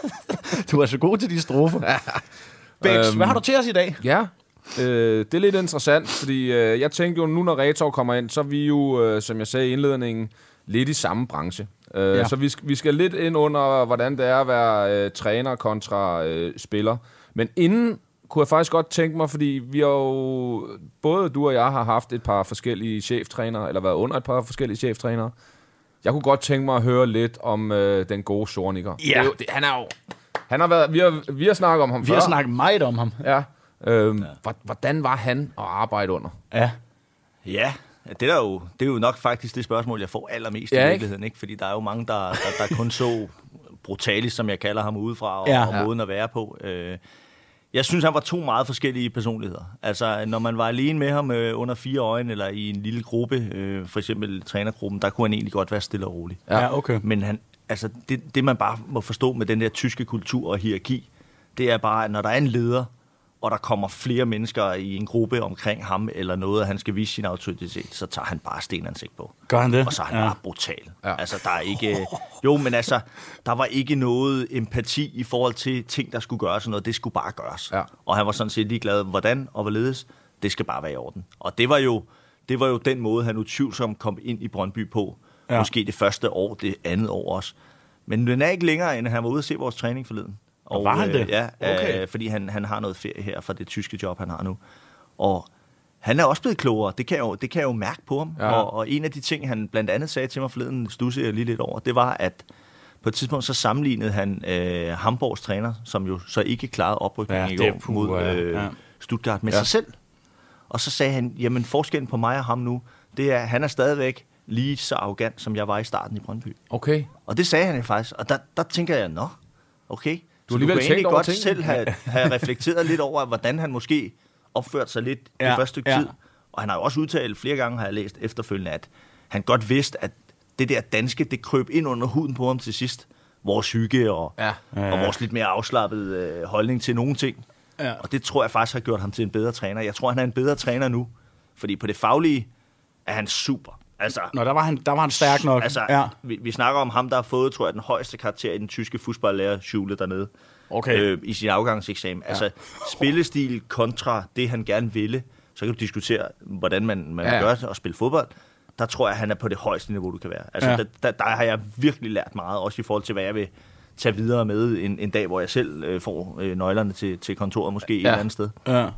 Du er så god til de strofer. Ja. Bæks, øhm, hvad har du til os i dag? Ja, øh, det er lidt interessant, fordi øh, jeg tænkte jo, nu når Retor kommer ind, så er vi jo, øh, som jeg sagde i indledningen, lidt i samme branche. Øh, ja. Så vi, vi skal lidt ind under, hvordan det er at være øh, træner kontra øh, spiller. Men inden kunne jeg faktisk godt tænke mig, fordi vi har jo, både du og jeg har haft et par forskellige cheftrænere, eller været under et par forskellige cheftrænere. Jeg kunne godt tænke mig at høre lidt om øh, den gode Zorniger. Ja. Det er jo, det, han er jo, han har været, vi har, vi har snakket om ham Vi før. har snakket meget om ham. Ja. Øhm, ja. Hvordan var han at arbejde under? Ja. Ja, det er, jo, det er jo nok faktisk det spørgsmål, jeg får allermest ja, i virkeligheden. Ikke? Fordi der er jo mange, der, der, der kun så Brutalis, som jeg kalder ham udefra, og, ja. og måden at være på. Øh, Jeg synes, han var to meget forskellige personligheder. Altså, når man var alene med ham øh, under fire øjne, eller i en lille gruppe, øh, for eksempel trænergruppen, der kunne han egentlig godt være stille og rolig. Ja, okay. Men han, altså, det, det, man bare må forstå med den der tyske kultur og hierarki, det er bare, at når der er en leder, og der kommer flere mennesker i en gruppe omkring ham, eller noget, at han skal vise sin autoritet, så tager han bare stenansigt på. Gør han det? Og så er han ja. bare brutal. Ja. Altså, der er ikke... Jo, men altså, der var ikke noget empati i forhold til ting, der skulle gøres og noget. Det skulle bare gøres. Ja. Og han var sådan set ligeglad, hvordan og hvorledes. Det skal bare være i orden. Og det var jo, det var jo den måde, han utvivlsomt kom ind i Brøndby på. Ja. Måske det første år, det andet år også. Men den er ikke længere, end han var ude at se vores træning forleden. Og var han det? Øh, ja, okay. øh, fordi han, han har noget ferie her fra det tyske job, han har nu. Og han er også blevet klogere. Det kan jeg jo, det kan jeg jo mærke på ham. Ja. Og, og en af de ting, han blandt andet sagde til mig forleden, studsede jeg lige lidt over, det var, at på et tidspunkt så sammenlignede han øh, Hamburgs træner, som jo så ikke klarede oprykningen ja, i går puh, mod øh, ja. Stuttgart med ja. sig selv. Og så sagde han, jamen forskellen på mig og ham nu, det er, at han er stadigvæk lige så arrogant, som jeg var i starten i Brøndby. Okay. Og det sagde han jo faktisk. Og der, der tænker jeg, nå, okay. Du har alligevel du kan egentlig godt ting. selv have, have reflekteret lidt over, hvordan han måske opførte sig lidt ja, det første stykke ja. tid. Og han har jo også udtalt flere gange, har jeg læst efterfølgende, at han godt vidste, at det der danske, det krøb ind under huden på ham til sidst. Vores hygge og, ja. Ja. og vores lidt mere afslappede øh, holdning til nogle ting. Ja. Og det tror jeg faktisk har gjort ham til en bedre træner. Jeg tror, han er en bedre træner nu. Fordi på det faglige er han super. Altså, Nå, der var han, der var han stærk nok. Altså, ja. vi, vi snakker om ham, der har fået, tror jeg, den højeste karakter i den tyske fodboldlærer Schule dernede. Okay. Øh, I sin afgangseksamen. Ja. Altså, spillestil kontra det, han gerne ville. Så kan du diskutere, hvordan man, man ja. gør det og spille fodbold. Der tror jeg, han er på det højeste niveau, du kan være. Altså, ja. der, der, der har jeg virkelig lært meget, også i forhold til, hvad jeg vil tage videre med en, en dag, hvor jeg selv øh, får øh, nøglerne til, til kontoret, måske ja. et eller andet sted. Ja.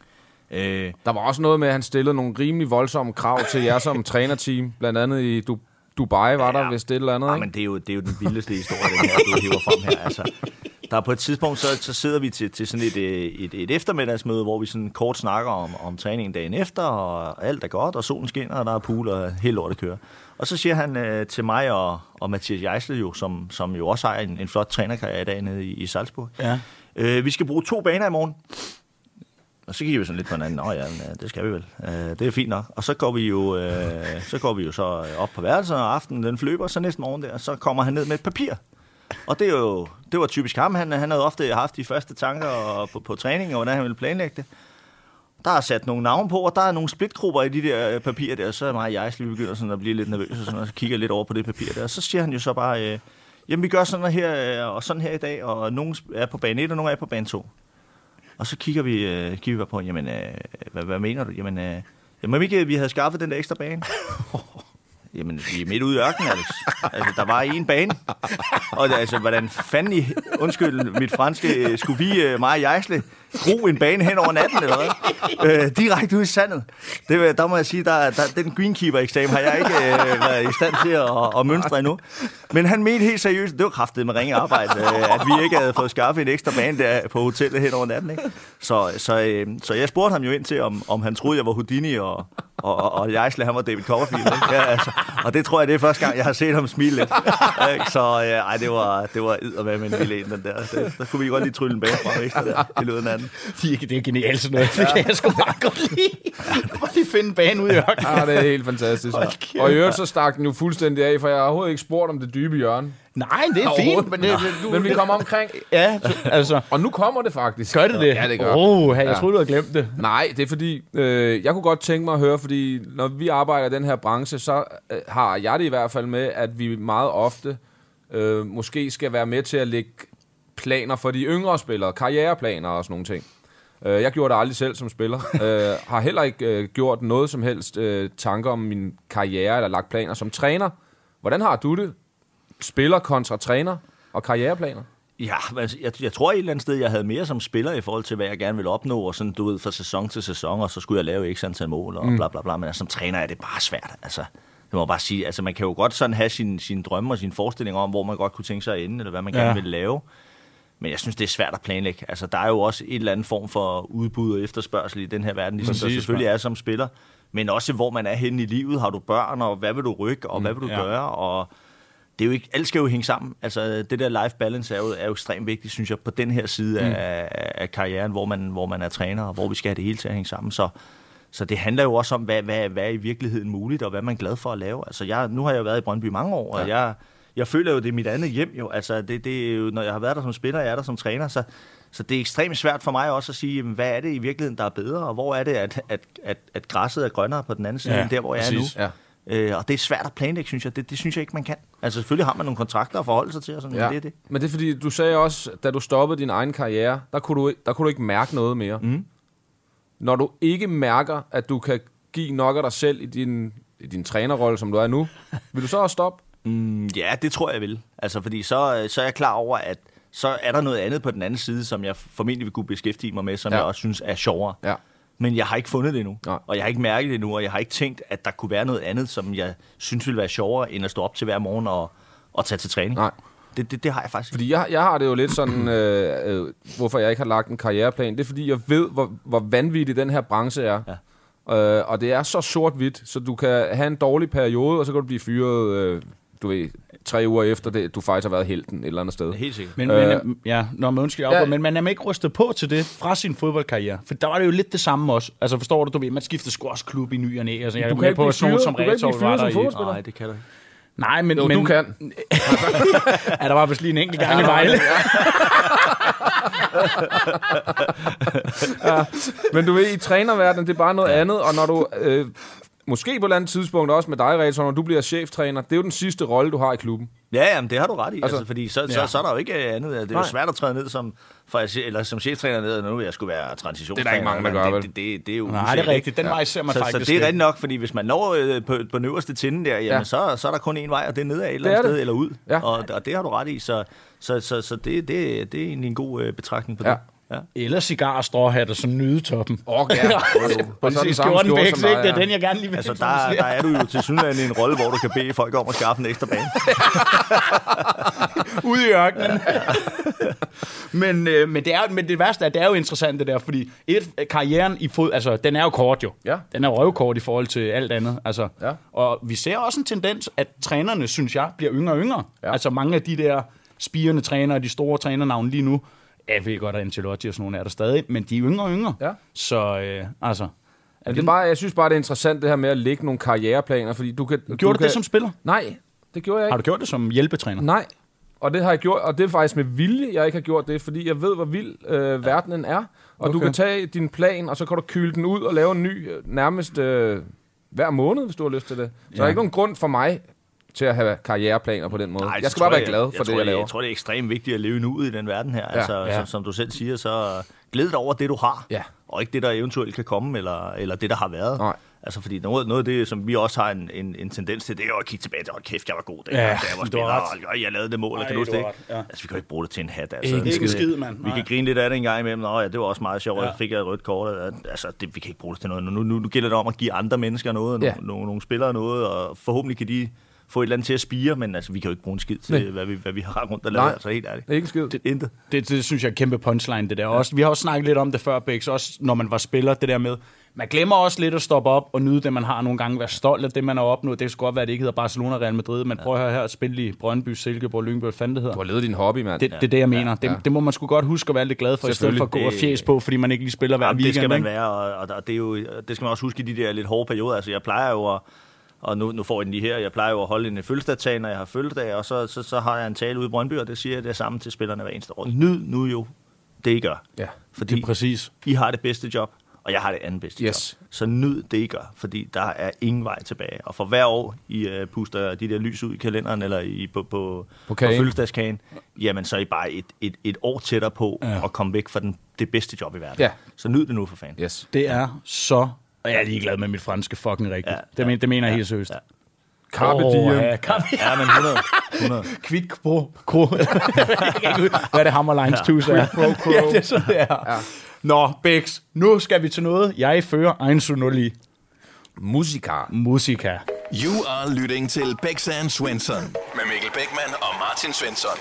Øh, der var også noget med, at han stillede nogle rimelig voldsomme krav til jer som trænerteam, blandt andet i du, Dubai var ja, der vist et eller andet, ja, ikke? men det er, jo, det er jo den vildeste historie, den her, du hiver frem her. Altså, der er på et tidspunkt, så, så sidder vi til, til sådan et, et, et eftermiddagsmøde, hvor vi sådan kort snakker om, om træningen dagen efter, og alt er godt, og solen skinner, og der er pool, og helt lortet kører. Og så siger han øh, til mig og, og Mathias Geisle, jo, som, som jo også har en, en flot trænerkarriere i dag nede i, i Salzburg. Ja. Øh, vi skal bruge to baner i morgen. Og så kigger vi sådan lidt på hinanden. Nå ja, det skal vi vel. Øh, det er fint nok. Og så går vi jo, øh, så går vi jo så op på værelset, og aftenen den fløber, så næste morgen der, så kommer han ned med et papir. Og det er jo, det var typisk ham. Han, han havde ofte haft de første tanker på, på træning, og hvordan han ville planlægge det. Der er sat nogle navne på, og der er nogle splitgrupper i de der papirer der, og så er mig og jeg lige begynder sådan at blive lidt nervøs, og, sådan, og så kigger lidt over på det papir der. Og så siger han jo så bare, øh, jamen vi gør sådan her, og sådan her i dag, og nogen er på bane et, og nogen er på bane to. Og så kigger vi, øh, kigger vi på, jamen, øh, hvad, hvad mener du? Jamen, øh, jamen ikke, vi havde skaffet den der ekstra bane. Jamen, vi er midt ude i ørkenen, Alex. Altså, der var en bane. Og altså, hvordan fanden i, undskyld mit franske, skulle vi, mig og Geisle, gro en bane hen over natten, eller hvad? Øh, direkte ud i sandet. Det, der må jeg sige, der, der, den greenkeeper-eksamen har jeg ikke øh, været i stand til at, at mønstre endnu. Men han mente helt seriøst, det var kraftigt med ringe arbejde, øh, at vi ikke havde fået skaffet en ekstra bane der på hotellet hen over natten. Ikke? Så, så, øh, så jeg spurgte ham jo ind til, om, om han troede, jeg var Houdini, og, og, og Geisle, han var David Copperfield. Ja, altså. Og det tror jeg, det er første gang, jeg har set ham smile lidt. Så øh, ej, det var, det var eddermame med en lille en, den der. Det, der kunne vi godt lige trylle en bag fra ekstra der, i løbet af den. Det er genialt sådan noget. Det kan jeg sgu meget godt lide. Bare lige finde en bane ud i ørkenen. Ja, det er helt fantastisk. Og i øvrigt så stak den jo fuldstændig af, for jeg har overhovedet ikke spurgt om det dybe hjørne. Nej, det er fint. Men, det, du, men vi kommer omkring. Ja, altså. Og nu kommer det faktisk. Gør det det? Ja, det gør. Åh, jeg ja. troede, du havde glemt det. Nej, det er fordi, øh, jeg kunne godt tænke mig at høre, fordi når vi arbejder i den her branche, så øh, har jeg det i hvert fald med, at vi meget ofte øh, måske skal være med til at lægge planer for de yngre spillere, karriereplaner og sådan nogle ting. Øh, jeg gjorde det aldrig selv som spiller. øh, har heller ikke øh, gjort noget som helst øh, tanker om min karriere eller lagt planer som træner. Hvordan har du det? Spiller kontra træner og karriereplaner? Ja, altså, jeg, jeg tror et eller andet sted, jeg havde mere som spiller i forhold til, hvad jeg gerne ville opnå, og sådan, du ved, fra sæson til sæson, og så skulle jeg lave x antal mål, og mm. bla bla bla, men altså, som træner er det bare svært, altså, det må jeg bare sige, altså, man kan jo godt sådan have sine sin drømme og sine forestillinger om, hvor man godt kunne tænke sig at ende, eller hvad man ja. gerne vil lave, men jeg synes, det er svært at planlægge, altså, der er jo også et eller andet form for udbud og efterspørgsel i den her verden, ligesom Præcis, der selvfølgelig man. er som spiller, men også hvor man er henne i livet, har du børn, og hvad vil du rykke, og mm. hvad vil du ja. gøre, og det er jo ikke, alt skal jo hænge sammen. Altså, det der life balance er jo, er jo ekstremt vigtigt, synes jeg, på den her side mm. af, af karrieren, hvor man, hvor man er træner, og hvor vi skal have det hele til at hænge sammen. Så, så det handler jo også om, hvad, hvad, hvad er i virkeligheden muligt, og hvad man er glad for at lave. Altså, jeg, nu har jeg jo været i Brøndby mange år, og ja. jeg, jeg føler jo, det er mit andet hjem jo. Altså, det, det er jo, når jeg har været der som spiller, jeg er der som træner, så, så det er ekstremt svært for mig også at sige, jamen, hvad er det i virkeligheden, der er bedre, og hvor er det, at, at, at, at græsset er grønnere på den anden side, ja, end der, hvor jeg præcis. er nu. Ja. Øh, og det er svært at planlægge, synes jeg. Det, det synes jeg ikke, man kan. Altså selvfølgelig har man nogle kontrakter at forholde sig til, og sådan, ja. men det er det. Men det er fordi, du sagde også, da du stoppede din egen karriere, der kunne du, der kunne du ikke mærke noget mere. Mm. Når du ikke mærker, at du kan give nok af dig selv i din, i din trænerrolle, som du er nu, vil du så også stoppe? Mm, ja, det tror jeg vil. Altså, fordi så, så er jeg klar over, at så er der noget andet på den anden side, som jeg formentlig vil kunne beskæftige mig med, som ja. jeg også synes er sjovere. Ja. Men jeg har ikke fundet det endnu, Nej. og jeg har ikke mærket det endnu, og jeg har ikke tænkt, at der kunne være noget andet, som jeg synes ville være sjovere, end at stå op til hver morgen og, og tage til træning. Nej. Det, det, det har jeg faktisk. Fordi jeg, jeg har det jo lidt sådan, øh, øh, hvorfor jeg ikke har lagt en karriereplan. Det er fordi, jeg ved, hvor, hvor vanvittig den her branche er. Ja. Øh, og det er så sort-hvidt, så du kan have en dårlig periode, og så kan du blive fyret, øh, du ved, tre uger efter det, du faktisk har været helten et eller andet sted. Helt sikkert. Men, øh, men, ja, når man ønsker ja. men man er ikke rystet på til det fra sin fodboldkarriere. For der var det jo lidt det samme også. Altså forstår du, du ved, man skifter sgu også klub i ny og næ. Altså, jeg du kan ikke på, blive fyret som, som fodboldspiller. Nej, det kan du ikke. Nej, men... Jo, men du kan. Ja, der var vist lige en enkelt gang ja, i Vejle. Ja. Men du ved, i trænerverdenen, det er bare noget ja. andet, og når du... Øh, måske på et eller andet tidspunkt også med dig, Reto, når du bliver cheftræner, det er jo den sidste rolle, du har i klubben. Ja, jamen, det har du ret i, altså, altså, fordi så, ja. så, så er der jo ikke andet. Det er Nej. jo svært at træde ned som, for, eller som cheftræner ned, og nu vil jeg skulle være transitionstræner. Det er der ikke mange, der gør, vel? Det, det, det er jo Nej, det er rigtigt. Den ja. vej ser man så, faktisk. Så det er rigtigt nok, fordi hvis man når øh, på, på den øverste tinde der, jamen, ja. så, så er der kun én vej, og det er nedad et eller andet sted, eller ud. Ja. Og, og det har du ret i, så, så, så, så det, det, det er egentlig en god øh, betragtning på ja. det. Ja. Eller cigar og stråhatter som nyde-toppen. Åh, oh, ja. Og så den samme skjorte som dig. Det er den, jeg gerne lige vil. Altså, der, der er du jo til synligheden i en rolle, hvor du kan bede folk om at skaffe en ekstra bane. Ude i ørkenen. men, øh, men, det er, men det værste er, det er jo interessant det der, fordi et, karrieren i fod, altså, den er jo kort jo. Ja. Den er røvkort i forhold til alt andet. Altså. Ja. Og vi ser også en tendens, at trænerne, synes jeg, bliver yngre og yngre. Ja. Altså mange af de der spirende trænere, de store trænernavne lige nu, jeg ved godt, at Ancelotti og sådan nogle er der stadig, men de er yngre og yngre. Ja. Så øh, altså... Ja, det er bare, jeg synes bare, det er interessant det her med at lægge nogle karriereplaner, fordi du kan... Gjorde du, du kan, det som spiller? Nej, det gjorde jeg ikke. Har du gjort det som hjælpetræner? Nej, og det har jeg gjort, og det er faktisk med vilje, jeg ikke har gjort det, fordi jeg ved, hvor vild øh, verdenen er, og okay. du kan tage din plan, og så kan du kyle den ud og lave en ny nærmest øh, hver måned, hvis du har lyst til det. Så ja. der er ikke nogen grund for mig til at have karriereplaner på den måde. Nej, jeg skal bare være glad for jeg, jeg det, jeg, jeg laver. Jeg tror, det er ekstremt vigtigt at leve nu i den verden her. Ja, altså, ja. Som, som du selv siger, så glæd dig over det, du har, ja. og ikke det, der eventuelt kan komme, eller, eller det, der har været. Nej. Altså, fordi noget, noget af det, som vi også har en, en, en tendens til, det er jo at kigge tilbage til, åh kæft, jeg var god, da ja, jeg var spiller, og jeg lavede det mål, Ej, kan du huske det? Ja. Altså, vi kan jo ikke bruge det til en hat. Altså. Ikke en skid, mand. Vi kan grine lidt af det en gang imellem, nå ja, det var også meget sjovt, ja. fik jeg et rødt kort. Altså, det, vi kan ikke bruge det til noget. Nu, nu, nu gælder det om at give andre mennesker noget, ja. nogle, nogle, nogle spillere noget, og forhåbentlig kan de få et eller andet til at spire, men altså, vi kan jo ikke bruge en skid til, hvad vi, hvad vi har rundt og lavet. Altså, helt ærligt. Ikke skid. Det, det, det, det synes jeg er kæmpe punchline, det der. Ja. Også, vi har også snakket lidt om det før, Bæks, også når man var spiller, det der med, man glemmer også lidt at stoppe op og nyde det, man har nogle gange. Være stolt af det, man har opnået. Det skal godt være, at det ikke hedder Barcelona Real Madrid, men prøv at høre her at spille i Brøndby, Silkeborg, Lyngby, hvad fanden det hedder. Du har levet din hobby, mand. Det, det er det, jeg mener. Det, Ja. det må man sgu godt huske at være lidt glad for, i stedet for at gå og fjes på, fordi man ikke lige spiller hver Jamen, weekend. det skal man ikke? være, og, og det, er jo, det skal man også huske i de der lidt hårde perioder. Altså, jeg plejer jo at, og nu, nu får jeg den lige her, jeg plejer jo at holde en fødselsdagstale, når jeg har fødselsdag, og så, så, så har jeg en tale ude i Brøndby, og det siger jeg det samme til spillerne hver eneste år. Nyd nu jo det, I gør. Ja, fordi det er præcis. I har det bedste job, og jeg har det andet bedste Yes. job. Så nyd det, I gør, fordi der er ingen vej tilbage. Og for hver år, I uh, puster de der lys ud i kalenderen, eller I på, på, På på kagen. fødselsdagskagen, jamen så er I bare et, et, et år tættere på Ja. at komme væk fra den, det bedste job i verden. Ja. Så nyd det nu for fanden. Yes. Det er så... Og jeg er ligeglad med mit franske fucking rigtigt. Ja, Ja, ja, det, men, det mener jeg ja, helt seriøst. ja. Carpe Åh, diem. ja, Carpe diem. Ja, men hundrede. hundrede. Quid pro quo. Jeg kan ikke huske, hvad er det Hammerlines ja. Tusind er? Quid pro quo. Ja, det er sådan, det er. Ja. Nå, Bex, nu skal vi til noget. Jeg fører eins zu null i Musika. musika. You are lytting til Bæks and Svensson med Mikkel Bækman og Martin Svensson.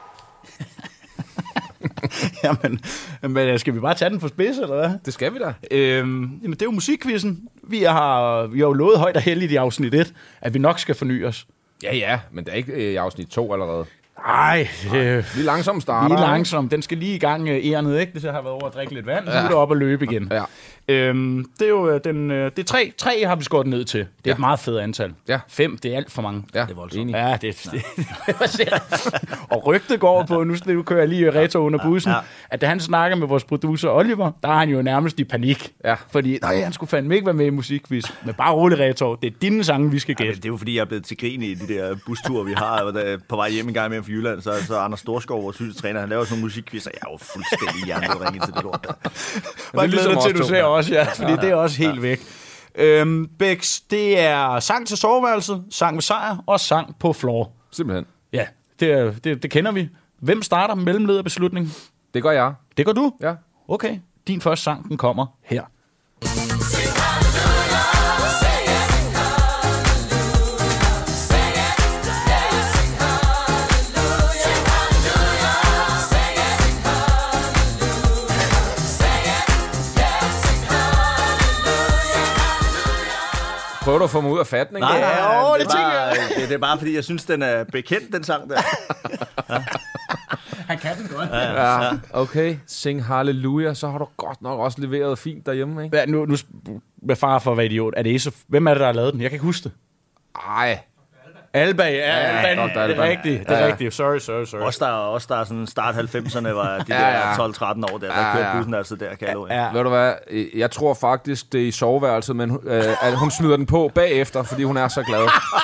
Jamen, men skal vi bare tage den for spids, eller hvad? Det skal vi da. Øhm, jamen, det er jo musikquizzen. Vi har, vi har jo lovet højt og heldigt i afsnit et, at vi nok skal forny os. Ja, ja, men det er ikke øh, i afsnit to allerede. Ej, øh, Vi er langsomt starter. vi er ikke? langsomt. Den skal lige i gang øh, ærnet, ikke? Det har været over at drikke lidt vand. Nu er det op og løbe igen. Ja. Øhm, det er jo øh, den, øh, det er tre, tre har vi skåret ned til. Det er Ja. et meget fedt antal. Ja. Fem, det er alt for mange. Ja, Det er voldsomt. enig. Ja, det, det, hvad siger jeg? Og rygtet går på, nu, nu kører jeg lige retro under bussen, Ja, ja. at da han snakker med vores producer Oliver, der er han jo nærmest i panik. Ja. Fordi, nej, han skulle fandme ikke være med i musikquiz. Men bare rolig, retro. Det er dine sange, vi skal Ja, men gætte. det er jo fordi, jeg er blevet til grin i de der busture, vi har. Og der, på vej hjem en gang med fra Jylland, så, så Anders Storskov, vores fysiotræner, han laver sådan nogle musikquizzer. Jeg er jo fuldstændig hjernet ringe til det lort der. Bare ligesom glæder dig til, os du to. ser også, ja. Fordi det er også helt væk. Øhm, Bex, det er sang til soveværelset, sang med sejr og sang på floor. Simpelthen. Ja, det, er- det, det kender vi. Hvem starter mellemlederbeslutningen? Det gør jeg. Det gør du? Ja. Okay, din første sang, den kommer her. Prøver du at få mig ud af fatning? Nej, nej, Ja, nej, åh, det, det er tænker bare, det, det er bare fordi, jeg synes, den er bekendt, den sang der. Han kan den godt. Ja, okay. Sing halleluja, så har du godt nok også leveret fint derhjemme, ikke? Hvad, nu, nu med far for at være idiot. Er det Ace of, hvem er det, der har lavet den? Jeg kan ikke huske det. Ej. Alba, ja, Alba, doktor det Alban. er rigtigt. Det er Ja. rigtigt. Sorry, sorry, sorry. Også der, også der er sådan start halvfemserne, var de Ja, der ja. tolv tretten år der, der Ja, kørte ja. bussen altså der, kan jeg love jer. Ja. Ved du hvad? Jeg tror faktisk, det er i soveværelset, men øh, at hun smider den på bagefter, fordi hun er så glad.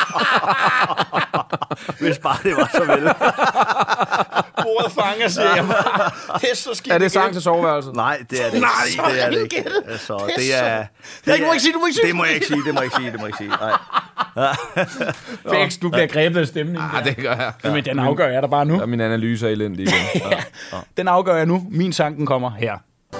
Hvis bare det var så vel. Bordet fanger, siger jeg bare. Det er så skidt. Er det sang til soveværelset? Nej, det er det ikke. Nej, det er det ikke. ikke. Altså, det er... Nej, du må ikke sige, du må ikke sige. Det må jeg ikke sige, det må jeg ikke sige, det må jeg ikke sige. Nej. Bex, du bliver grebet af stemningen. Ah, det gør jeg. Men den afgør jeg der bare nu. Og min analyse er elendig igen. Ja. Den afgør jeg nu. Min sang, den kommer her.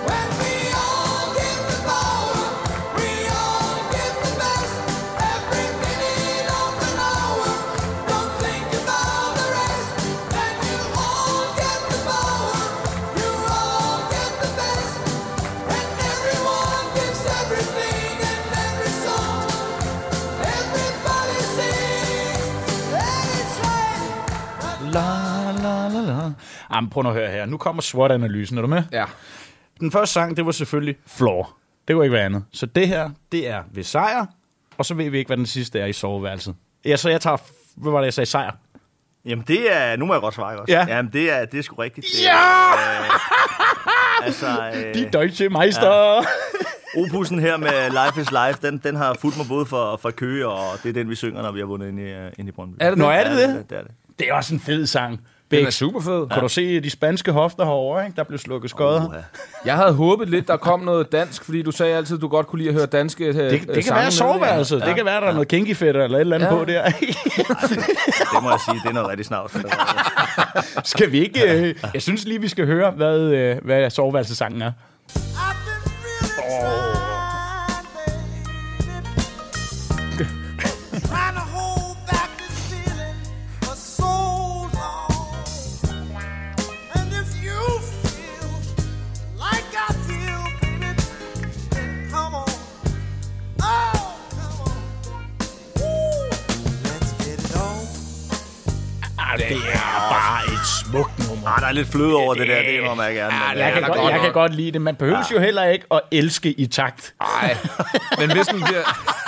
La, la, la, la. Jamen, prøv nu at høre her. Nu kommer SWOT-analysen. Er du med? Ja. Den første sang, det var selvfølgelig Floor. Det kunne ikke være andet. Så det her, det er ved sejr, og så ved vi ikke, hvad den sidste er i soveværelset. Ja, så jeg tager... Hvad var det, jeg sagde? Sejr. Jamen det er... Nu må jeg godt svare også. Ja. Jamen det er, det er sgu rigtigt. Det Ja! er, øh, altså... Øh, De Deutsche Meister. Ja. Opussen her med Life is Life, den, den har fulgt mig både fra, fra Køge, og det er den, vi synger, når vi har vundet ind i, uh, ind i Brøndby. Er det Nå, det? er det Ja, det? det, det er det. Det er også en fed sang. Den er Bex, super fed. kan du se de spanske hofter herovre, ikke? Der blev slukket skodder. Uha. Jeg havde håbet lidt, der kom noget dansk, fordi du sagde altid, du godt kunne lide at høre danske øh, Det, det kan sange være med. soveværelset. Ja. Det kan være, der er noget kinky fedt eller et eller andet Ja. på der. Det må jeg sige, det er noget rigtig snavs. Skal vi ikke... Øh, jeg synes lige, vi skal høre, hvad, øh, hvad soveværelsesangen er. Trying to hold back this feeling for so long. And if you feel like I feel, baby, then come on, Ah, det er bare et smukt nummer. Ah, der er lidt fløde over det der, det må man gerne. Ja, men, jeg, øh, kan godt, jeg kan godt lide det. Man behøver ja. jo heller ikke at elske i takt. Nej, men hvis den bliver...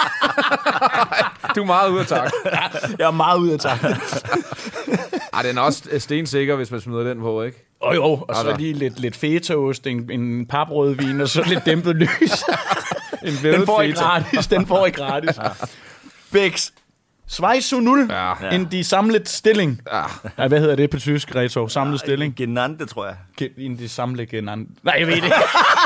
du er meget ude af takt. Jeg er meget ude af takt. Ej, den er også stensikker, hvis man smider den på, ikke? Åh oh, jo, og så Altså. lige lidt, lidt fetaost, en, en paprødvin, og så lidt dæmpet lys. En Den får I feta. gratis, den får I gratis. Ja. Bæks. Svejsu nul. Ja. En de samlet stilling. Ja. Ja, hvad hedder det på tysk, Reto? Samlet stilling. Genante, tror jeg. En de samlet genand. Nej, jeg ved det.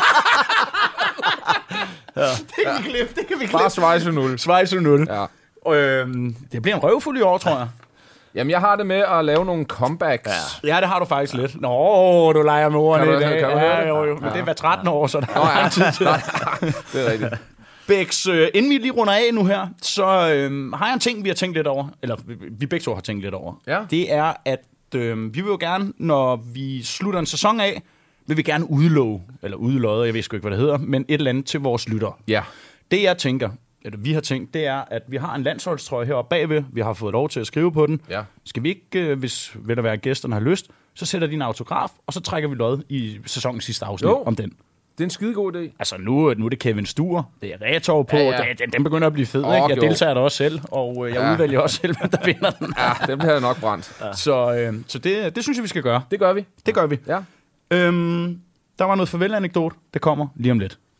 Ja. Det kan vi klippe, det kan vi Bare klippe. svejse nul. Svejsu nul. Ja. Øhm, det bliver en røvfuld i år, tror jeg. Jamen, jeg har det med at lave nogle comebacks. Ja, det har du faktisk lidt. Nå, du leger med ordene Kan du- i dag. kan du høre Ja, det? jo, jo. Men det er hver tretten år, så der Nå, er ja. lang tid til det. Det er rigtigt. Bæks, øh, inden vi lige runder af nu her, så øh, har jeg en ting, vi har tænkt lidt over. Eller vi, vi begge to har tænkt lidt over. Ja. Det er, at øh, vi vil jo gerne, når vi slutter en sæson af, vil vi gerne udlove, eller udlodde, jeg ved sgu ikke, hvad det hedder, men et eller andet til vores lyttere. Ja. Det jeg tænker, eller vi har tænkt, det er, at vi har en landsholdstrøje heroppe bagved. Vi har fået lov til at skrive på den. Ja. Skal vi ikke, øh, hvis vel at være gæsterne har lyst, så sætter de en autograf, og så trækker vi lod i sæsonens sidste afsnit Jo. om den. Det er en skidegod idé. Altså nu, nu er det Kevin Stuer, det er Retor på, Ja, ja, ja. ja. Den, den begynder at blive fed. Åh, Ikke? Jeg jo. deltager der også selv, og øh, jeg Ja. udvælger også selv, hvem der vinder den. Ja, den bliver nok brændt. Ja. Så, øh, så det, det synes jeg, vi skal gøre. Det gør vi. Det gør vi. Ja. Øhm, der var noget farvel-anekdote. Det kommer lige om lidt.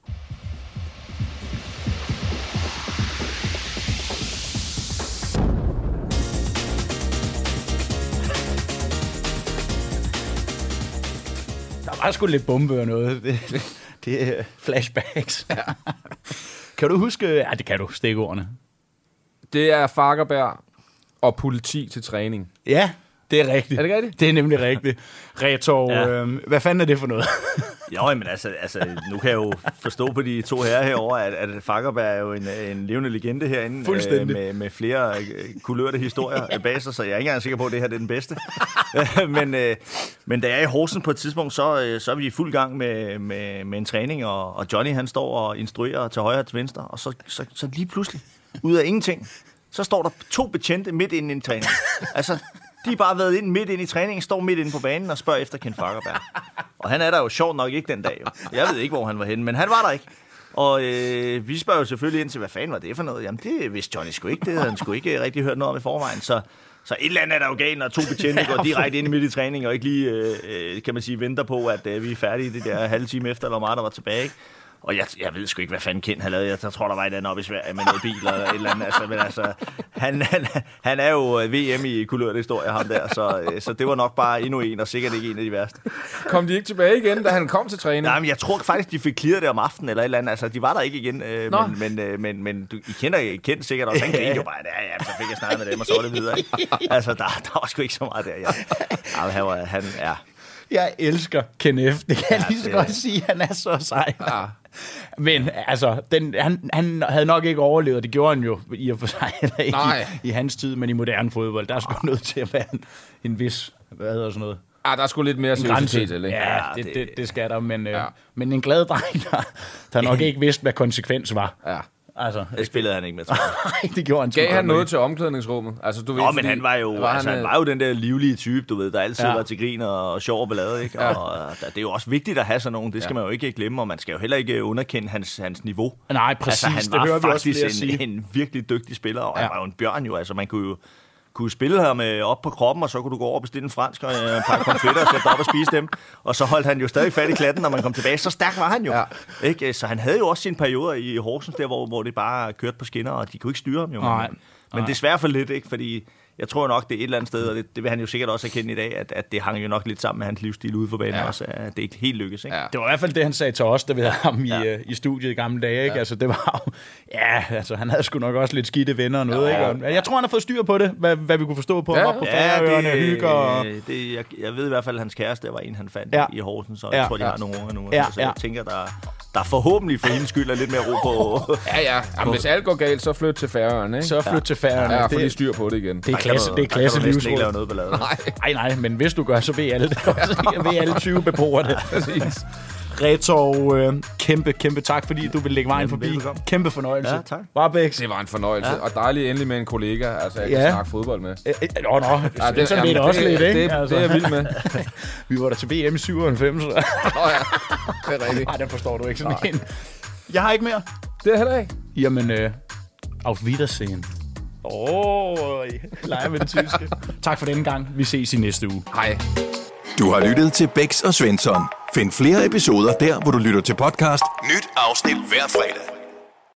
Der var sgu lidt bombe og noget. Det, det, det er flashbacks. Ja. Kan du huske... Ja, det kan du. Stikordene. Det er Fagerberg og politi til træning. Ja, det er rigtigt. Er det rigtigt? Det er nemlig rigtigt. Retor, Ja. øh, hvad fanden er det for noget? Jo, men altså, altså, nu kan jeg jo forstå på de to herrer herovre, at, at Fagerberg er jo en, en levende legende herinde. Fuldstændig. Øh, med, med flere øh, kulørte historier bag sig, så jeg er ikke engang sikker på, at det her det er den bedste. men, øh, men da jeg er i Horsens på et tidspunkt, så, øh, så er vi i fuld gang med, med, med en træning, og, og Johnny han står og instruerer til højre og til venstre, og så, så, så lige pludselig, ud af ingenting, så står der to betjente midt inde i en træning. Altså, de er bare været ind midt ind i træningen, står midt inde på banen og spørger efter Ken Fagerberg. Og han er der jo sjovt nok ikke den dag. Jo. Jeg ved ikke, hvor han var henne, men han var der ikke. Og øh, vi spørger jo selvfølgelig ind til, hvad fanden var det for noget? Jamen, det vidste Johnny sgu ikke. Det havde han sgu ikke rigtig hørt noget om i forvejen. Så, så et eller andet er der jo galt, når to betjente går direkte ind midt i træning, og ikke lige, øh, kan man sige, venter på, at øh, vi er færdige det der halve time efter, eller hvor meget der var tilbage. Ikke? Og jeg, jeg ved sgu ikke, hvad fanden Ken havde lavet. Jeg tror, der var et eller andet oppe i Sverige med noget bil eller et eller andet. Altså, men altså, han, han, han er jo V M i kulørt historie, ham der. Så, så det var nok bare endnu en, og sikkert ikke en af de værste. Kom de ikke tilbage igen, da han kom til træning? Nej, men jeg tror faktisk, de fik clearet det om aftenen eller et eller andet. Altså, de var der ikke igen. Øh, Nå. men, men, øh, men, men du, I kender I Ken sikkert også. Han grinte jo bare, ja, ja, så fik jeg snakket med dem, og så var det videre. Ikke? Altså, der, der var sgu ikke så meget der. Ja. Ja, han, var, han er... Jeg elsker Ken F. Det kan jeg Ja, lige så det- godt sige. Han er så sej. Ja. Men altså, den, han, han havde nok ikke overlevet. Det gjorde han jo i og for sig heller ikke Nej. i, i hans tid, men i moderne fodbold. Der er sgu nødt til at være en, en vis, hvad hedder sådan noget, Ah, der er sgu lidt mere en grænse. seriøsitet til, ikke? Ja, Ja, det, det- det, det skal der, men, ja. Ja. øh, men en glad dreng, der, der nok ikke vidste, hvad konsekvens var. Ja. Altså, Det spillede han ikke med, tror jeg. nej, det gjorde han sgu Gav han godt nok noget ikke. til omklædningsrummet? Altså, du ved, Nå, men fordi- han var jo, var altså, han, han øh, var jo den der livlige type, du ved, der altid Ja. ja. var til grin og sjov og ballade, ikke? Ja. Og øh, det er jo også vigtigt at have sådan nogen, det skal Ja. man jo ikke glemme, og man skal jo heller ikke underkende hans, hans niveau. Nej, præcis, altså, han det var hører vi også faktisk flere sige. en, en virkelig dygtig spiller, og ja. Ja. han var jo en bjørn jo, altså man kunne jo kunne spille ham øh, op på kroppen, og så kunne du gå over og bestille en fransk og øh, en par konfetter og sætte op og spise dem. Og så holdt han jo stadig fat i klatten, når man kom tilbage. Så stærk var han jo. Ja. Ikke? Så han havde jo også sine perioder i Horsens, der hvor, hvor det bare kørte på skinner, og de kunne ikke styre ham jo. Nej. Men, men desværre for lidt, ikke? Fordi jeg tror nok, det er et eller andet sted, og det, det vil han jo sikkert også erkende i dag, at, at det hang jo nok lidt sammen med hans livsstil ude for banen Ja. også, at det ikke helt lykkes. Ikke? Ja. Det var i hvert fald det, han sagde til os, da vi havde ham i, Ja. ja. i studiet i gamle dage. Ikke? Ja. Altså, det var jo, ja, altså, han havde sgu nok også lidt skidte venner og noget. Ja. Ikke? Og jeg tror, han har fået styr på det, hvad, hvad vi kunne forstå på Ja. ham op på Færøerne, hygge og... det, jeg, jeg ved i hvert fald, at hans kæreste der var en, han fandt Ja. ja. i Horsens, og jeg Ja. tror, de Ja. har nogle unger nu. Ja. Så jeg Ja. tænker, der, der forhåbentlig for hendes skyld er lidt mere ro på. Ja, ja. Jamen, hvis alt går galt, så flyt til Færøerne, ikke? Så flyt til Færøerne. Ja, få lige det, styr på det igen. det er klasse, det er klasse Der kan du næsten ikke lave livsråd. noget ballade. Nej, Nej, nej, men hvis du gør, så ved alle det. Så ved alle tyve beboere det. præcis. Reto, og øh, kæmpe, kæmpe tak, fordi du vil lægge vejen forbi. Velbekomme. Kæmpe fornøjelse. Ja, tak. Warbeck. Det var en fornøjelse, ja. Og dejligt endelig med en kollega, altså jeg kan Ja. snakke fodbold med. Øh, øh, Nå, nå, Ja, det, sådan ved det også lidt, det, ikke? det, Altså. det er jeg vild med. Vi var der til B M i syvoghalvfems. Nå ja, det er rigtigt. Nej, den forstår du ikke sådan en. Jeg har ikke mere. Det er heller ikke. Jamen, øh, auf Wiedersehen. Åh, oh, leger med det tyske. Tak for denne gang. Vi ses i næste uge. Hej. Du har lyttet til Bæks og Svensson. Find flere episoder der, hvor du lytter til podcast. Nyt afsnit hver fredag.